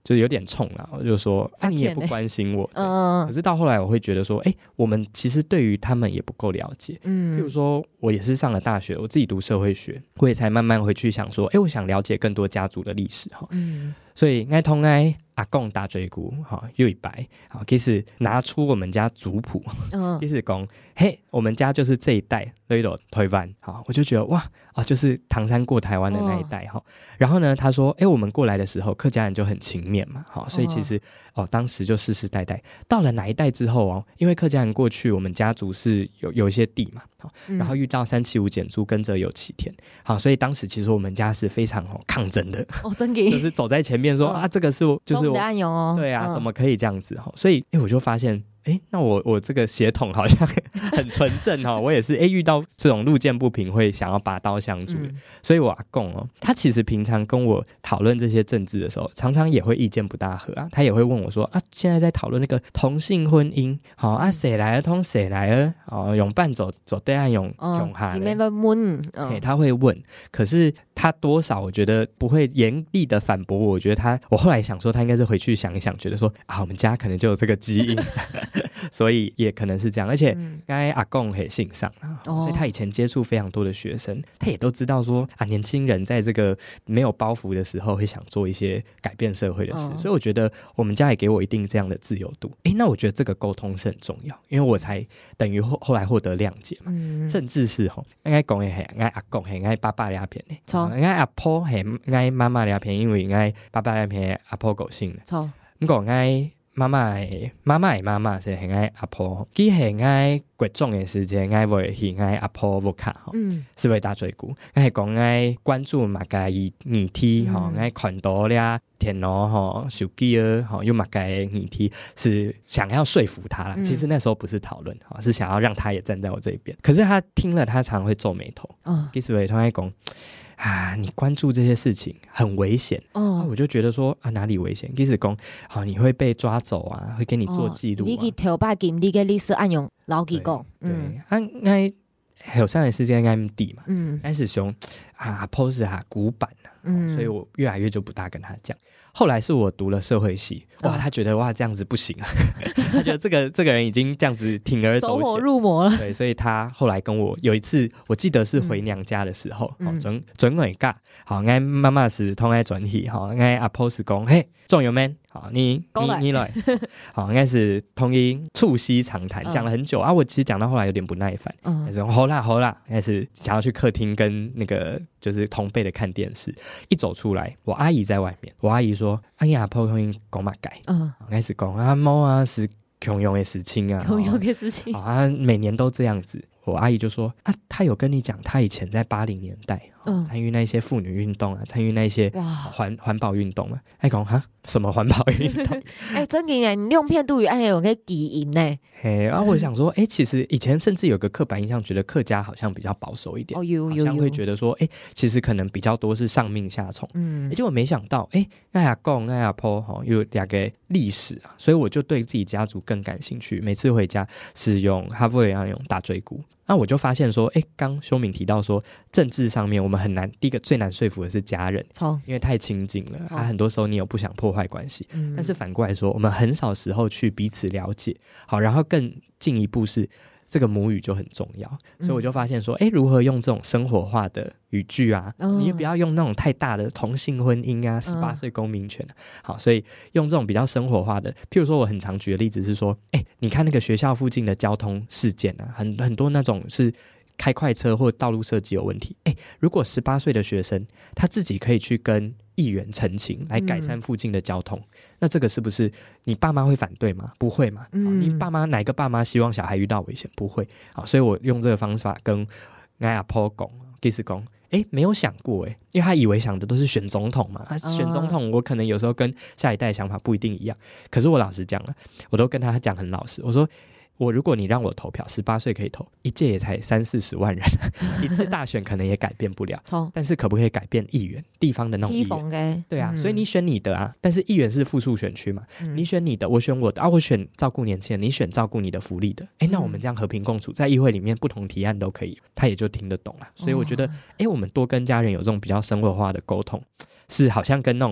就有点冲啦，我就说啊你也不关心我，嗯，可是到后来我会觉得说，哎、欸，我们其实对于他们也不够了解，嗯，譬如说我也是上了大学，我自己读社会学，我也才慢慢回去想说，哎、欸，我想了解更多家族的历史哈，嗯，所以爱通爱阿公大追姑哈又一白，好，其实拿出我们家族谱，嗯，其实讲嘿，我们家就是这一代雷斗推翻，好，我就觉得哇哦，就是唐山过台湾的那一代哈、哦。然后呢，他说，哎，我们过来的时候，客家人就很勤勉嘛，好，所以其实哦，当时就世世代代到了哪一代之后哦，因为客家人过去我们家族是有有一些地嘛，好，然后遇到三七五减租跟着有启田，好，所以当时其实我们家是非常哦抗争的，哦，真的，就是走在前面说、哦、啊，这个是我就是我的暗涌哦，对啊、嗯，怎么可以这样子哈？所以哎，我就发现。哎，那我我这个血统好像很纯正哈、哦，我也是哎遇到这种路见不平会想要拔刀相助、嗯，所以我阿公哦，他其实平常跟我讨论这些政治的时候，常常也会意见不大合啊，他也会问我说啊，现在在讨论那个同性婚姻，好、哦、啊，谁来了通谁来了，哦，用伴走走对岸用用哈，你们问，哎，他会问，可是他多少我觉得不会严厉的反驳我，我觉得他，我后来想说他应该是回去想一想，觉得说啊，我们家可能就有这个基因。所以也可能是这样，而且刚才阿公也姓上、哦、所以他以前接触非常多的学生，他也都知道说啊，年轻人在这个没有包袱的时候会想做一些改变社会的事、哦、所以我觉得我们家也给我一定这样的自由度。诶，那我觉得这个沟通是很重要，因为我才等于 后, 后来获得谅解嘛、嗯、甚至是吼应该讲的是应该阿公应该爸爸俩片的，应该阿婆是应该妈妈俩片，因为应该爸爸俩片阿婆狗姓的，错，不过应该妈妈的妈妈的妈妈是很爱阿婆，佢很爱国中的时间，爱为很爱阿婆沃卡吼，是为大嘴骨，爱讲爱关注马家议议题吼，爱看到了电脑吼、手机儿吼，用马家议题是想要说服他啦、嗯。其实那时候不是讨论，是想要让他也站在我这边。可是他听了，他常会皱眉头。嗯，其实为他爱讲。啊，你关注这些事情很危险哦、啊，我就觉得说啊，哪里危险？其实讲好，你会被抓走啊，会给你做记录、啊。 你去投把金，你嘅历史按用老几讲， 嗯，啊，爱后生的时间爱地嘛，嗯，开始熊啊 ，pose 啊，古板啊，嗯，所以我越来越就不大跟他讲。后来是我读了社会系，哇，他觉得哇这样子不行啊，他觉得这个这个人已经这样子铤而走险， 走火入魔了。 对，所以他后来跟我有一次，我记得是回娘家的时候，嗯、哦，准准伟尬，好，爱妈妈是通爱转体，好，爱阿婆是讲，嘿，仲有 man， 好，你你你来，好，应该是通一促膝长谈，讲了很久、嗯、啊，我其实讲到后来有点不耐烦，嗯，说好啦好啦，应该是想要去客厅跟那个就是同辈的看电视，一走出来，我阿姨在外面，我阿姨说。阿姨阿婆可以讲嘛改，嗯，开始讲啊猫啊是穷用的事情啊， 穷用的事情， 啊每年都这样子。我阿姨就说啊，她有跟你讲，她以前在八零年代参、哦、与那些妇女运动啊，参与那些环环保运动啊。哎讲哈什么环保运动？ 哎，真嘅呢，你用片度语按有个基因呢。 嘿，然、啊、后我想说，哎，其实以前甚至有个刻板印象，觉得客家好像比较保守一点，哦有有，好像会觉得说，哎，其实可能比较多是上命下从。嗯，结果没想到，哎，爱阿公爱阿婆哈有两个历史啊，所以我就对自己家族更感兴趣。每次回家是用哈佛要用大椎骨。那我就发现说，哎，刚修敏提到说，政治上面我们很难，第一个最难说服的是家人，因为太亲近了，啊，很多时候你有不想破坏关系、嗯，但是反过来说，我们很少时候去彼此了解，好，然后更进一步是这个母语就很重要，所以我就发现说，哎，如何用这种生活化的语句啊，嗯、你也不要用那种太大的同性婚姻啊，十八岁公民权、啊嗯，好，所以用这种比较生活化的，譬如说我很常举的例子是说，哎，你看那个学校附近的交通事件啊，很很多那种是开快车或道路设计有问题，哎，如果十八岁的学生他自己可以去跟议员陈情来改善附近的交通、嗯、那这个是不是你爸妈会反对吗？不会嘛、嗯、你爸妈哪个爸妈希望小孩遇到危险？不会。好，所以我用这个方法跟我阿婆讲，其实讲哎，没有想过哎，因为他以为想的都是选总统嘛，他选总统我可能有时候跟下一代的想法不一定一样，可是我老实讲了，我都跟他讲很老实，我说我如果你让我投票，十八岁可以投，一届也才三四十万人，一次大选可能也改变不了，但是可不可以改变议员地方的那种议员？对啊、嗯，所以你选你的啊，但是议员是复数选区嘛、嗯，你选你的，我选我的啊，我选照顾年轻人，你选照顾你的福利的，哎，那我们这样和平共处，在议会里面不同提案都可以，他也就听得懂了。所以我觉得，哎，我们多跟家人有这种比较生活化的沟通，是好像跟那种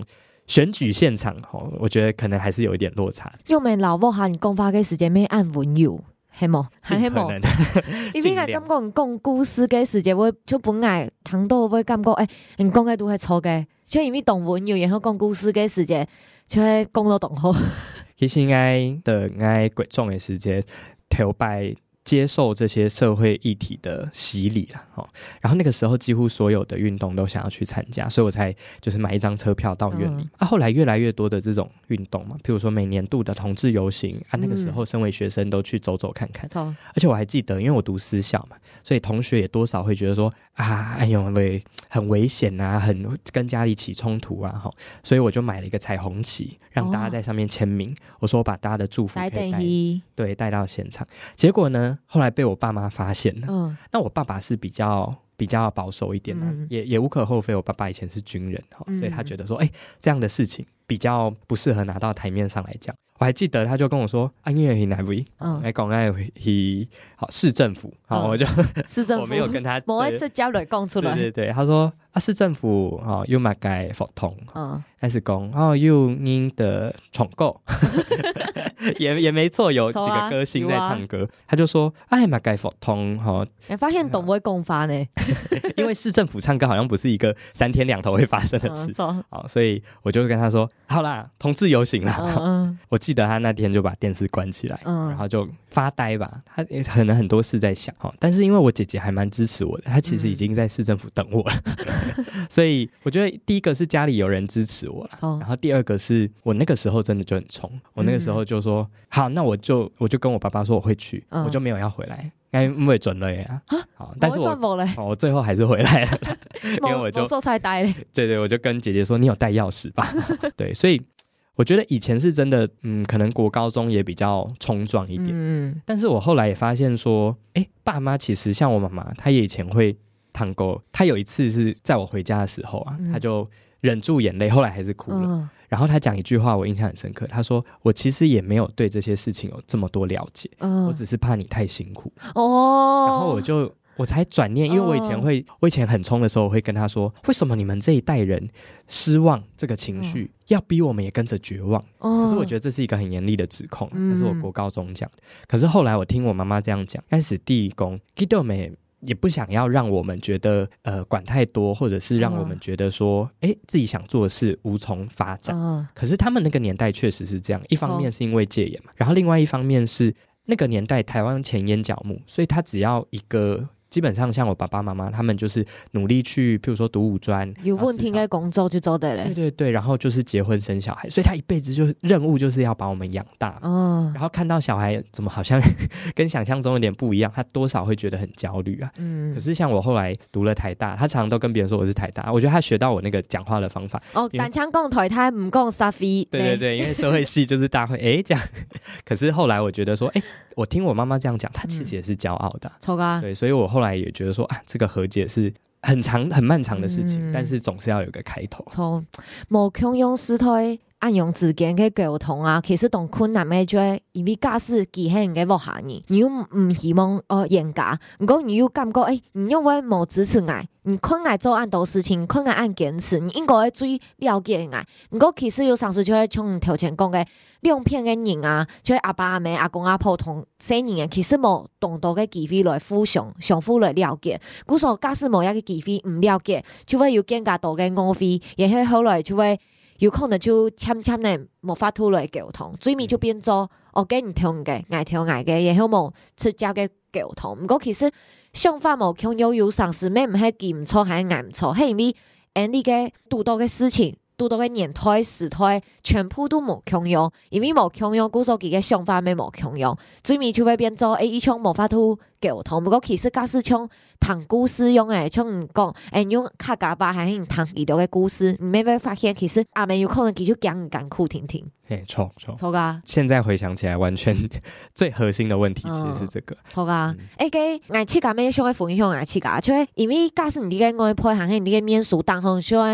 选举现场哦，我觉得可能还是有一点落差。 因为老母喊讲话嘅时间要按温柔。係冇，係冇，因為我感覺你講故事嘅時間，我就本來聽到會感覺，誒，你講嘅都係錯嘅，就因為動文有然後講故事嘅時間，就係講到動好。 其實愛的愛國中嘅時間，頭擺接受這些社會議題的洗禮啦，哦，然後那個時候幾乎所有的運動都想要去參加，所以我才就是買一張車票到院裡。嗯、啊，後來越來越多的這種運動嘛，譬如說每年度的同志遊行啊，那個時候身為學生都去走走看看。嗯、而且我還記得，因為我讀私校嘛，所以同學也多少會覺得說啊，哎呦喂，很危險啊，很跟家裡起衝突啊，吼，所以我就買了一個彩虹旗，讓大家在上面簽名。哦、我說我把大家的祝福可以帶，對，帶到現場。結果呢？後來被我爸媽發現了，嗯、那我爸爸是比較比較保守一點的，嗯、也也無可厚非。我爸爸以前是軍人，嗯、所以他覺得說，哎、欸，這樣的事情比較不適合拿到台面上來講。我還記得，他就跟我說：“啊，因為去哪位？來講愛去好市政府。”好，我就市政府， 我沒有跟他某一次交流講出來。 對對對，他說：“啊，市政府哦，有乜嘅活動？嗯，還是講哦，有您的寵購，也也沒錯，有幾個歌星在唱歌。他就說：哎，乜嘅活動？哈， 你發現懂不會共發呢？ 因為市政府唱歌好像不是一個三天兩頭會發生的事，好，所以我就跟他說：好啦，同志遊行啦。我。記得他那天就把電視關起來，嗯、然後就發呆吧。他可能很多事在想，但是因為我姐姐還蠻支持我的，她其實已經在市政府等我了，嗯、所以我覺得第一個是家裡有人支持我了，哦、然後第二個是我那個時候真的就很衝，我那個時候就說、嗯、好，那我就我就跟我爸爸說我會去，嗯、我就沒有要回來。因為準了呀，好，但是我、哦、我最後還是回來了，因為我就收菜袋，對對，我就跟姐姐說你有帶鑰匙吧，對，所以。我覺得以前是真的，嗯，可能國高中也比較衝撞一點，嗯，但是我後來也發現說，哎，爸媽其實像我媽媽，她也以前會探溝，她有一次是在我回家的時候啊，嗯、她就忍住眼淚，後來還是哭了，嗯、然後她講一句話我印象很深刻，她說我其實也沒有對這些事情有這麼多了解，嗯、我只是怕你太辛苦，哦，然後我就。我才轉念，因為我以前會，我以前很衝的時候，我會跟他說，為什麼你們這一代人失望這個情緒，要逼我們也跟着絕望？可是我覺得這是一個很嚴厲的指控，那是我國高中講的。可是後來我聽我媽媽這樣講，開始地公基督們也不想要讓我們覺得，呃，管太多，或者是讓我們覺得說，哎，自己想做的事無從發展。可是他們那個年代確實是這樣，一方面是因為戒嚴嘛，然後另外一方面是那個年代台灣前煙角木，所以他只要一個。基本上像我爸爸媽媽他們就是努力去譬如說讀五專有問題嘅工作就做得了， 對對對，然後就是結婚生小孩，所以他一輩子就任務就是要把我們養大，哦，然後看到小孩怎麼好像跟想象中有點不一樣，他多少會覺得很焦慮啊。嗯，可是像我後來讀了台大，他常常都跟別人說我是台大，我覺得他學到我那個講話的方法。 哦，單槍講台大唔講沙飛。 對對對，因為社會系就是大會哎這樣，可是後來我覺得說哎，我聽我媽媽這樣講，她其實也是驕傲的，錯啊，對，所以我後來也覺得說啊，這個和解是很長很漫長的事情，嗯、但是總是要有個開頭。錯， 無強用師推按用之間嘅溝通啊，其實同困難嘅啫，因為假使其他人嘅無下你，你又唔希望哦嚴格，不過你又感覺誒，你又會冇支持愛，你困愛做按多事情，困愛按堅持，你應該會最了解愛。不過其實有上次就係從頭前講嘅兩片嘅人啊，就係阿爸阿媽阿公阿婆同細人嘅，其實冇同多嘅機會來互相相互來了解。故所假使冇一個機會唔了解，就會有更加多嘅誤會，也係後來就會。有可能就漸漸的冇法度來溝通，最尾就變做我跟唔同嘅，愛聽愛嘅，然後冇直接嘅溝通。不過其實想法冇強有有上司咩唔係記唔錯，係愛唔錯，係因為誒你嘅讀到嘅事情，讀到嘅年代時代，全部都冇強有，因為冇強有，故所佢嘅想法咩冇強有，最尾就會變做誒一種冇法度溝通。不過其實假使像談故事用誒，像唔講誒用客家話係用談幾多嘅故事，你咪會發現其實阿妹有可能佢就講講酷聽聽。 誒，錯錯錯噶！ 現在回想起來，完全最核心的問題其實是這個錯噶。誒，嘅愛氣家咩想嘅分享愛氣家，就係因為假使你嘅愛配合喺你嘅面書當中，所以。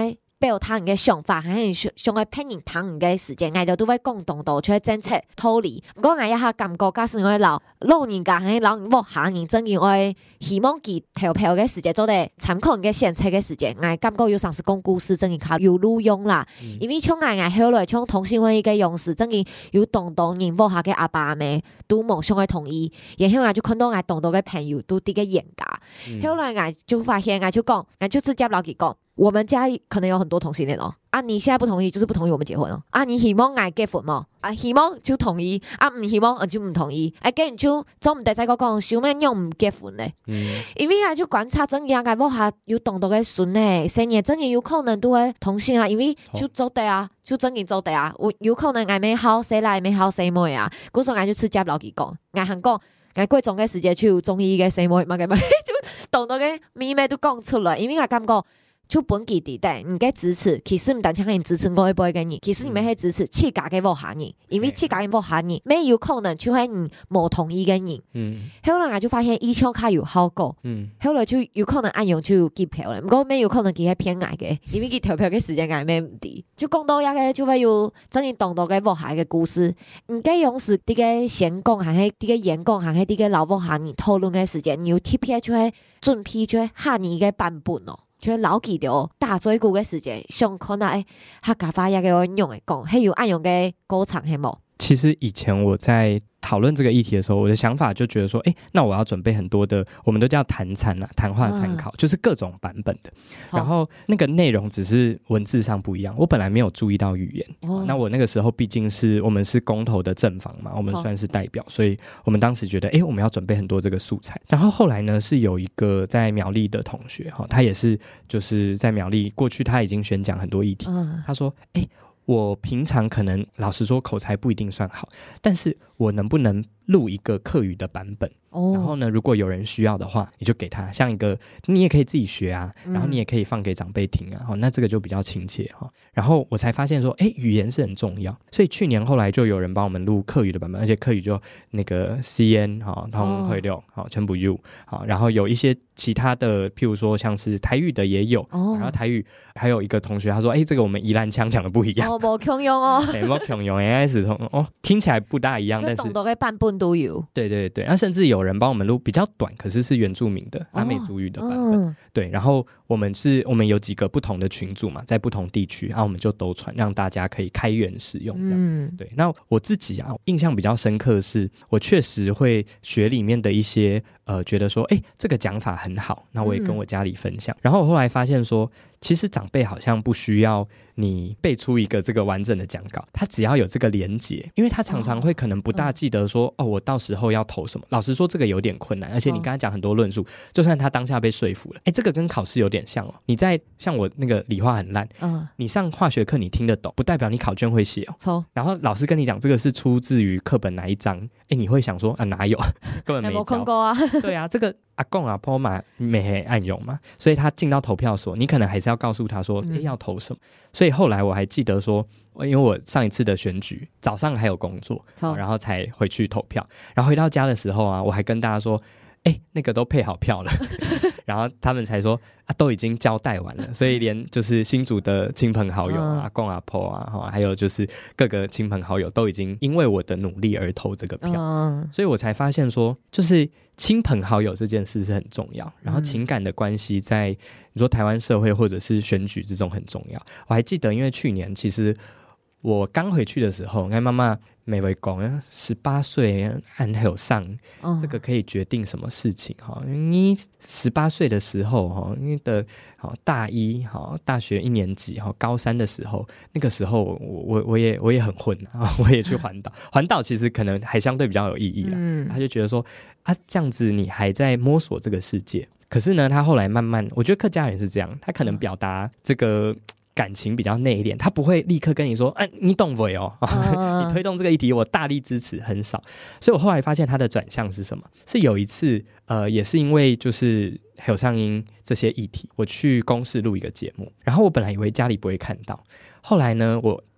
表達嘅想法，還係想去騙人談人嘅時間，我哋都會共同到出政策討論。不過我一下感覺，假使我老老人家係老人某下人，真嘅我希望佢投票嘅時間做得參考人嘅選擇嘅時間，我感覺有上是講故事真嘅較有路用啦。嗯、因為像我我後來像同性婚姻嘅用詞，真嘅有當當人某下嘅阿爸阿媽都冇想去同意，然後我就看到我當當嘅朋友都啲嘅嚴格。嗯、後來我就發現，我就講，我就直接老佢講，我們家可能有很多同性戀哦。啊，你現在不同意，就是不同意我們結婚哦。啊，你希望我結婚嗎？啊，希望就同意，啊，唔希望就唔同意。啊，既然就總唔得再講講，想咩樣唔結婚咧？嗯，因為我就觀察真嘅，我某下有當到嘅孫咧，成日真嘅有可能都會同性啊，因為就做得啊，就真嘅做得啊，有有可能我咩好生來咩好生妹啊，嗰時候我就直接老佢講，我行講。我過種嘅時間就中意嘅生妹嘛，咁咪就當到嘅咪咩都講出來，因為我感覺就本基地帶，你嘅支持其實唔單止係你支持我一輩嘅人，其實你咪係支持其他嘅某下人，因為其他嘅某下人咩有可能就係你冇同意嘅人。嗯，後來我就發現以前較有效果，嗯，後來就有可能按用就結票咧，不過咩有可能佢係偏愛嘅，因為佢投票嘅時間係咩唔啲，就講到一個就會有真正當到嘅某下嘅故事，唔計用是啲嘅先講，還係啲嘅演講，還係啲嘅老某下人討論嘅時間，你要貼片就係準備就係下年嘅版本咯。就老記到大嘴鼓嘅時間，想看下誒客家話也嘅我用嚟講，係有按用嘅歌唱係冇？ 其實以前我在討論這個議題的時候，我的想法就覺得說，哎，那我要準備很多的，我們都叫談參啊，談話參考，嗯、就是各種版本的。然後那個內容只是文字上不一樣，我本來沒有注意到語言。哦、那我那個時候畢竟是我們是公投的正方嘛，我們算是代表，所以我們當時覺得，哎，我們要準備很多這個素材。然後後來呢，是有一個在苗栗的同學，哈，他也是就是在苗栗過去他已經宣講很多議題，嗯、他說，哎。我平常可能老實說口才不一定算好，但是我能不能錄一個客語的版本？哦、然後呢，如果有人需要的話，你就給他，像一個你也可以自己學啊，然後你也可以放給長輩聽啊，嗯、那這個就比較親切哈。然後我才發現說，哎，語言是很重要，所以去年後來就有人幫我們錄客語的版本，而且客語就那個 C N 哈，通會六好全部 U 好，然後有一些其他的，譬如說像是台語的也有，哦、然後台語還有一個同學他說，哎，這個我們宜蘭腔講的不一樣， 哦，沒共用哦， 對，沒共用，應該是從哦聽起來不大一樣，但是懂得的版本都有， 對對對，那甚至有人幫我們錄比較短，可是是原住民的阿美族語的版本，哦、對，然後我們是我們有幾個不同的群組嘛，在不同地區，然後我們就都傳，讓大家可以開源使用，這樣，嗯、對。那我自己啊，印象比較深刻是，我確實會學裡面的一些，呃，覺得說，哎，這個講法很好，那我也跟我家裡分享，嗯、然後我後來發現說，其實長輩好像不需要你背出一個這個完整的講稿，他只要有這個連結，因為他常常會可能不大記得說，哦，哦我到時候要投什麼。老實說，這個有點困難，而且你剛才講很多論述，就算他當下被說服了，哎，這個跟考試有點像哦。你在像我那個理化很爛，嗯，你上化學課你聽得懂，不代表你考卷會寫哦。錯。然後老師跟你講這個是出自於課本哪一章，哎，你會想說啊哪有，根本沒教。沒過啊。對啊，這個阿公阿婆嘛沒按用嘛，所以他進到投票所，你可能還是要告訴他說，哎，要投什麼。所以後來我還記得說，因為我上一次的選舉早上還有工作，然後才回去投票，然後回到家的時候啊，我還跟大家說，哎，那個都配好票了，然後他們才說啊，都已經交代完了，所以連就是新竹的親朋好友啊、阿公阿婆啊，還有就是各個親朋好友都已經因為我的努力而投這個票，所以我才發現說，就是親朋好友這件事是很重要，然後情感的關係在你說台灣社會或者是選舉之中很重要。我還記得，因為去年其實我剛回去的時候，我媽媽沒會講，十八歲還有上，這個可以決定什麼事情哈？你十八歲的時候哈，你的大一哈，大學一年級哈，高三的時候，那個時候我我我也我也很混啊，我也去環島，環島其實可能還相對比較有意義啦。嗯，他就覺得說啊，這樣子你還在摸索這個世界，可是呢，他後來慢慢，我覺得客家人是這樣，他可能表達這個感情比較內斂，他不會立刻跟你說，哎、啊，你懂不哦？啊、你推動這個議題，我大力支持，很少。所以我後來發現他的轉向是什麼？是有一次，呃，也是因為就是有上音這些議題，我去公視錄一個節目，然後我本來以為家裡不會看到，後來呢，我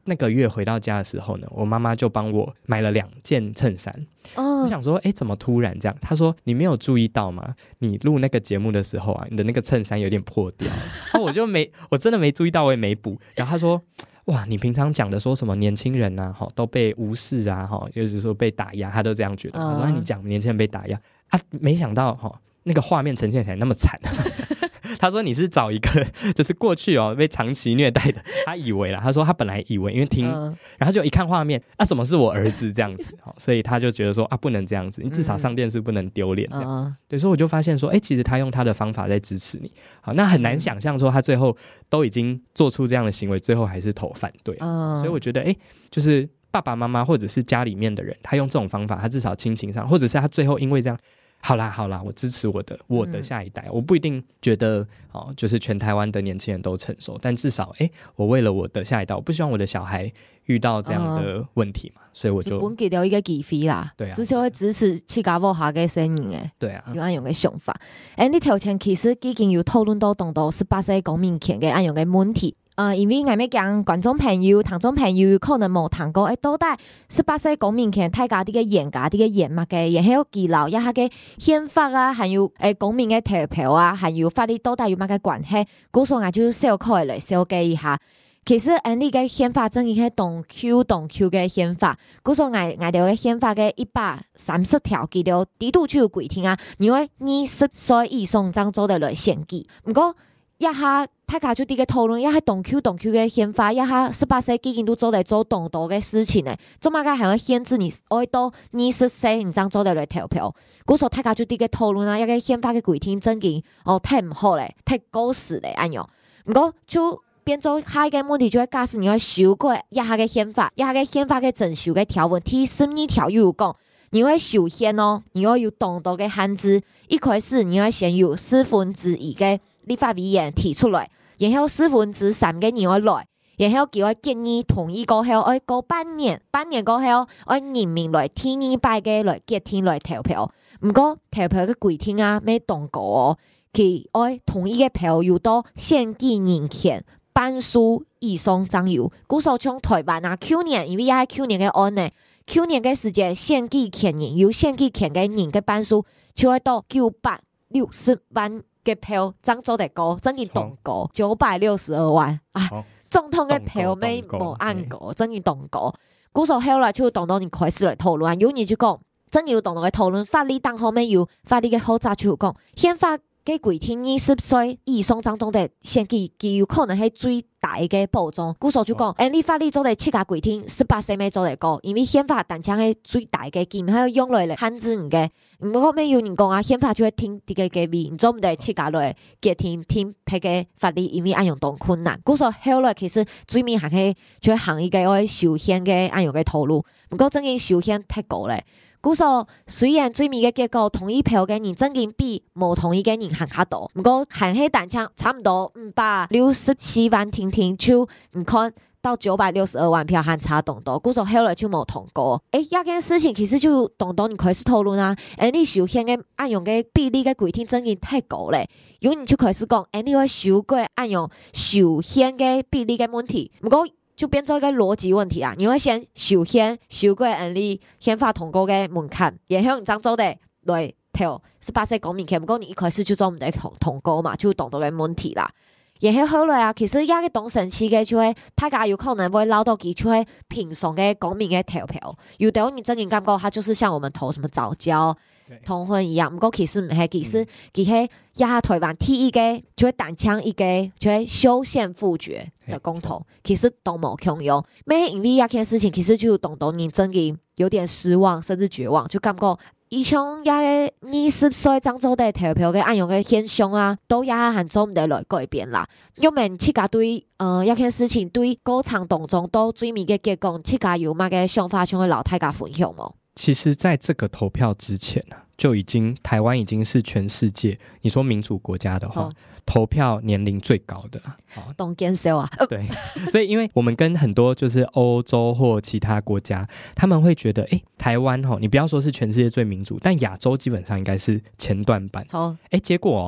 那个月回到家的时候呢，我妈妈就帮我买了两件衬衫。哦，我想说，哎，怎么突然这样？她说：“你没有注意到吗？你录那个节目的时候啊，你的那个衬衫有点破掉。”然后我就没，我真的没注意到，我也没补。然后她说：“哇，你平常讲的说什么年轻人啊，都被无视啊，就是说被打压，她都这样觉得。”她说：“啊，你讲年轻人被打压啊，没想到哈，那个画面呈现起来那么惨。”他说你是找一个就是过去哦被长期虐待的，他以为啦，他说他本来以为因为听、嗯、然后就一看画面啊什么是我儿子这样子，所以他就觉得说啊不能这样子，你至少上电视不能丢脸这样、嗯、对，所以我就发现说哎、欸，其实他用他的方法在支持你，好，那很难想象说他最后都已经做出这样的行为，最后还是投反对、嗯、所以我觉得哎、欸，就是爸爸妈妈或者是家里面的人，他用这种方法，他至少亲情上，或者是他最后因为这样好啦好啦，我支持我的我的下一代、嗯、我不一定觉得、哦、就是全台湾的年轻人都成熟，但至少哎，我为了我的下一代，我不希望我的小孩遇到这样的问题嘛、嗯、所以我就本記到一個機會啦，對啊，至少會支持七家母下嘅聲音嘅， 對啊， 有按用嘅想法。誒，你頭前其實已經有討論到動到十八歲公民權嘅按用嘅問題。呃，因為我們講觀眾朋友、聽眾朋友可能冇聽過，誒，到底十八歲公民權大家啲嘅嚴格啲嘅嚴密嘅，然後記錄一下嘅憲法啊，還有誒公民嘅投票啊，還有法律到底有乜嘅關係？故所我就小可嚟小解一下。其實誒，呢個憲法正係動 Q 動 Q 嘅憲法，故所我我哋嘅憲法嘅一百三十條記到底度就有規定啊，因為二十歲以上才做得來選舉，唔過。一下大家就啲嘅討論，一下動 Q 動 Q 嘅憲法，一下十八歲已經都做嚟做動多嘅事情咧，做乜嘅係要限制你愛到二十歲你才做得嚟投票？故所大家就啲嘅討論啊，一個憲法嘅規定真嘅哦太唔好咧，太狗屎咧，安樣。唔過就變做下一個問題就係假使你要修改一下嘅憲法，一下嘅憲法嘅整修嘅條文，第十二條又有講，你要修憲哦，你要有動多嘅限制，一開始你要先有四分之一嘅。立法委員提出來，然後四分之三嘅人要來，然後叫我建議同意過後，要過半年，半年過後，要人民來第二擺嘅來決定來投票。唔過投票嘅規定啊，咩動過哦，佢要同意嘅票要到選舉人權半數以上才有。故所像台灣啊，去年因為也係去年嘅案呢，去年嘅時間選舉權人有選舉權嘅人嘅半數，就要到九百六十萬。嘅票真做得過，真係動過九百六十二萬啊！哦、總統嘅票未冇按過，真係動過。故所後來就動到你開始來討論，有你就講真要動到嘅討論法律，當後面有法律嘅複雜就講憲法嘅規定二十歲以上當中的選舉，佢有可能係最大嘅保障。故所就講，誒、哦，你法律做得七個規定，十八歲未做得過，因為憲法單槍係最大嘅，佢唔係用來嚟限制你嘅。唔過咩有人講啊，憲法就會聽啲嘅嘅味，唔做唔得七個來嘅聽聽批嘅法律，因為按用當困難。故所後來其實最尾係去就行一個愛修憲嘅按用嘅套路，唔過真係修憲太高咧。故所雖然最尾嘅結果同意票嘅人真係比冇同意嘅人行較多，唔過行起單槍差唔多五百六十四萬聽聽就唔看到九百六十二萬票還差動多，故所後來就冇通過。誒，一件事情其實就動到你開始討論啊，誒，你修憲嘅按用嘅比例嘅規定真係太高咧，有你就開始講，誒，你要修改按用修憲嘅比例嘅問題，唔過。就變做一個邏輯問題啊！你要先修憲修改按你憲法通過嘅門檻，然後你才做得來投十八歲公民權，不過你一開始就做唔得通通過嘛，就動到嘅問題啦。然後後來啊，其實一個當神奇嘅就係大家有可能會撈到佢就係平常嘅公民嘅投票，有的你真係感覺他就是像我們投什麼早教、同婚一樣，不過其實唔係，其實佢係一下台灣第一個就係單槍一個就係修憲複決的公投，其實都冇共用。咩因為一件事情其實就動到你真嘅有點失望甚至絕望，就感覺。以前也二十歲才做得投票嘅按用嘅現象啊，都也係做唔得來改變啦。因為自家對呃一件事情對過程當中到最尾嘅結果，自家有乜嘅想法想去留大家分享冇？ 其實在這個投票之前啊，就已經台灣已經是全世界你說民主國家的話、哦、投票年齡最高的啦。 當建設啊， 對，所以因為我們跟很多就是歐洲或其他國家，他們會覺得誒台灣齁，你不要說是全世界最民主，但亞洲基本上應該是前段班。誒結果哦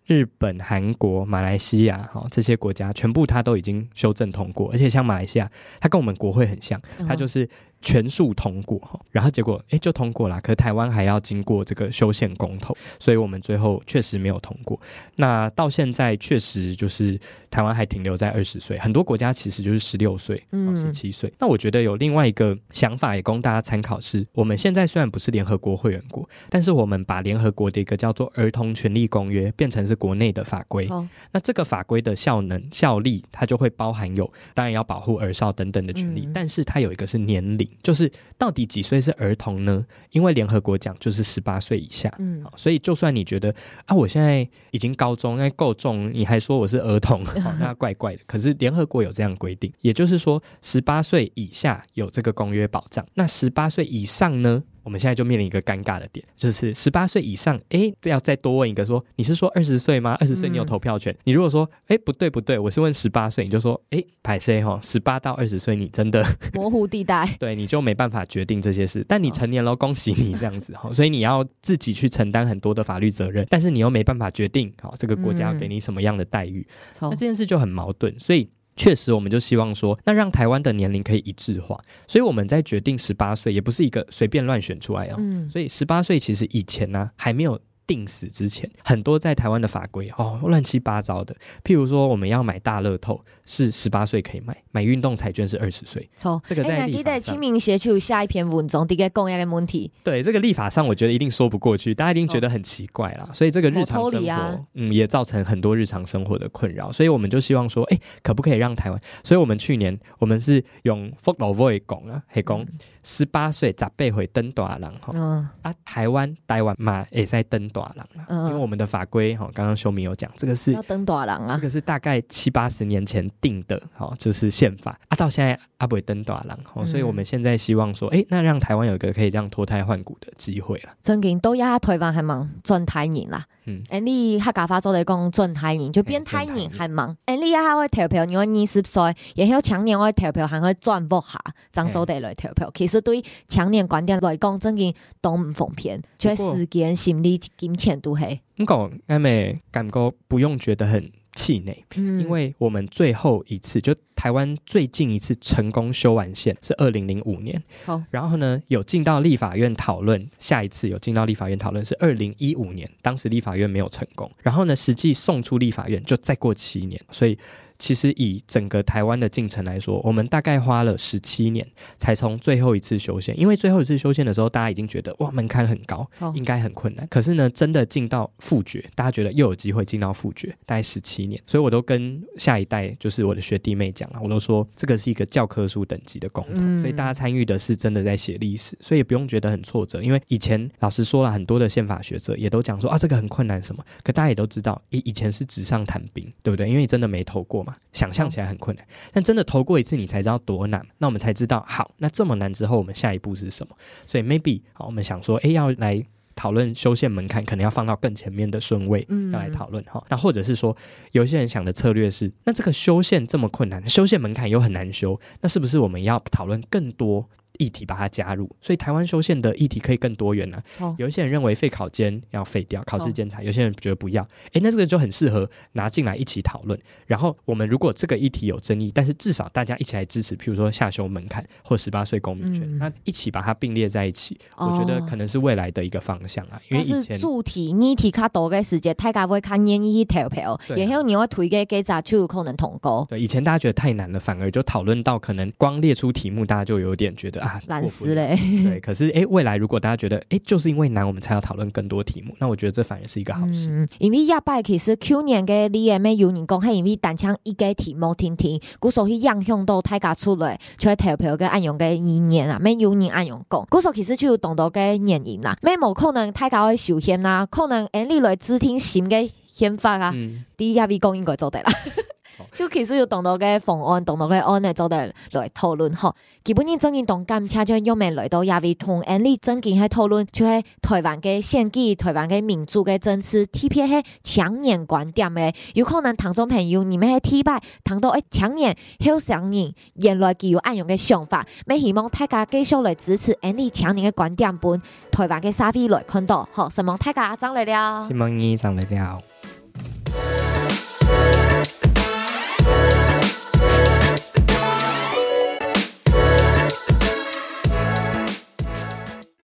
日本、韩国、马来西亚、哦、这些国家全部它都已经修正通过，而且像马来西亚它跟我们国会很像，它就是全数通过，然后结果诶就通过啦，可是台湾还要经过这个修宪公投，所以我们最后确实没有通过。那到现在确实就是台湾还停留在二十岁，很多国家其实就是十六岁、十七岁。那我觉得有另外一个想法也供大家参考是，我们现在虽然不是联合国会员国，但是我们把联合国的一个叫做儿童权利公约变成是国内的法规、哦、那这个法规的效能效力它就会包含有当然要保护儿少等等的权利、嗯、但是它有一个是年龄，就是到底几岁是儿童呢？因为联合国讲就是十八岁以下、嗯、所以就算你觉得啊，我现在已经高中，那够重，你还说我是儿童、哦、那怪怪的。可是联合国有这样规定，也就是说十八岁以下有这个公约保障，那十八岁以上呢？我们现在就面临一个尴尬的点，就是十八岁以上，诶，这要再多问一个说，你是说二十岁吗？二十岁你有投票权、嗯、你如果说诶不对不对，我是问十八岁，你就说诶拍谁齁十八到二十岁你真的模糊地带对，你就没办法决定这些事，但你成年了、哦、恭喜你这样子齁，所以你要自己去承担很多的法律责任，但是你又没办法决定齁这个国家要给你什么样的待遇、嗯、那这件事就很矛盾，所以确实我们就希望说那让台湾的年龄可以一致化，所以我们在决定十八岁也不是一个随便乱选出来、哦嗯、所以十八岁其实以前呢、啊、还没有定死之前，很多在台湾的法规哦乱七八糟的，譬如说我们要买大乐透是十八岁可以买，买运动彩券是二十岁，错，这个在立法上、欸、 记得清明节就下一篇文章在讲这个问题， 对，这个立法上我觉得一定说不过去，大家一定觉得很奇怪啦，所以这个日常生活、啊、嗯也造成很多日常生活的困扰，所以我们就希望说哎、欸，可不可以让台湾，所以我们去年我们是用福老话讲啊，是讲十八岁十八岁登大人、嗯、啊台湾台湾嘛也在登大人、嗯、因为我们的法规刚刚修明有讲这个是要登大人啊， 这个是大概七八十年前定的、哦、就是宪法啊，到现在啊不会登大人、哦嗯、所以我们现在希望说哎，那让台湾有一个可以这样脱胎换骨的机会啦。 曾經都也台灣係忙轉台人啦，嗯，你客家話做嚟講轉台人就變台人係忙，誒你也會投票，你話二十歲也有強年會投票，還會轉播下漳州地來投票，其實對強年觀點來講真嘅都唔方便，就係時間心理金錢都係不過我們感覺不用覺得很氣餒、嗯、因為我們最後一次就台灣最近一次成功修完憲是二零零五年、哦、然後呢有進到立法院討論，下一次有進到立法院討論是二零一五年，當時立法院沒有成功，然後呢實際送出立法院就再過七年，所以其實以整個台灣的進程來說，我們大概花了十七年才從最後一次修憲，因為最後一次修憲的時候大家已經覺得哇門檻很高、哦、應該很困難，可是呢真的進到複決，大家覺得又有機會進到複決，大概十七年，所以我都跟下一代就是我的學弟妹講了，我都說這個是一個教科書等級的公投、嗯、所以大家參與的是真的在寫歷史，所以也不用覺得很挫折，因為以前老實說了很多的憲法學者也都講說啊這個很困難什麼，可大家也都知道以以前是紙上談兵，對不對？因為你真的沒投過嘛，想象起來很困難，但真的投過一次你才知道多難，那我們才知道好，那這麼難之後我們下一步是什麼，所以 maybe 好我們想說誒要來討論修憲門檻可能要放到更前面的順位、嗯、要來討論，那或者是說有些人想的策略是那這個修憲這麼困難，修憲門檻又很難修，那是不是我們要討論更多議題把它加入，所以台灣修憲的議題可以更多元啊、哦、有一些人認為廢考監要廢掉考試監察、哦、有些人覺得不要，誒那這個就很適合拿進來一起討論，然後我們如果這個議題有爭議，但是至少大家一起來支持，譬如說下修門檻或十八歲公民權、嗯、那一起把它並列在一起、哦、我覺得可能是未來的一個方向啊，因為以前但是主題議題較多的時間大家會較願意投票，然後你會推給記者就有可能通過， 對，以前大家覺得太難了，反而就討論到可能光列出題目大家就有點覺得啊懶死嘞， 對，可是誒未來如果大家覺得誒就是因為難我們才要討論更多題目，那我覺得這反而是一個好事、嗯、 因為亞擺其實去年嘅你嘅咩有人講係因為單槍一個題目聽聽故所以影響到大家出來就係投票嘅按用嘅意念啊，咩有人按用講故所其實就有懂到嘅原因啦，咩冇可能大家會受限啦，可能按你來只聽新嘅憲法啊，啲亞擺講應該做得啦就其實有動到嘅方案，動到嘅案嚟做嚟來討論嗬。基本上真正同感謝就用面來到也會同安利真正喺討論，就係台灣嘅選舉、台灣嘅民主嘅政治，特別係強年觀點嘅。有可能聽眾朋友你們喺睇擺聽到誒強年後生人原來具有按樣嘅想法，咪希望大家繼續來支持安利強年嘅觀點本台灣嘅社會來看到，好，希望大家長來了， 希望你長來了。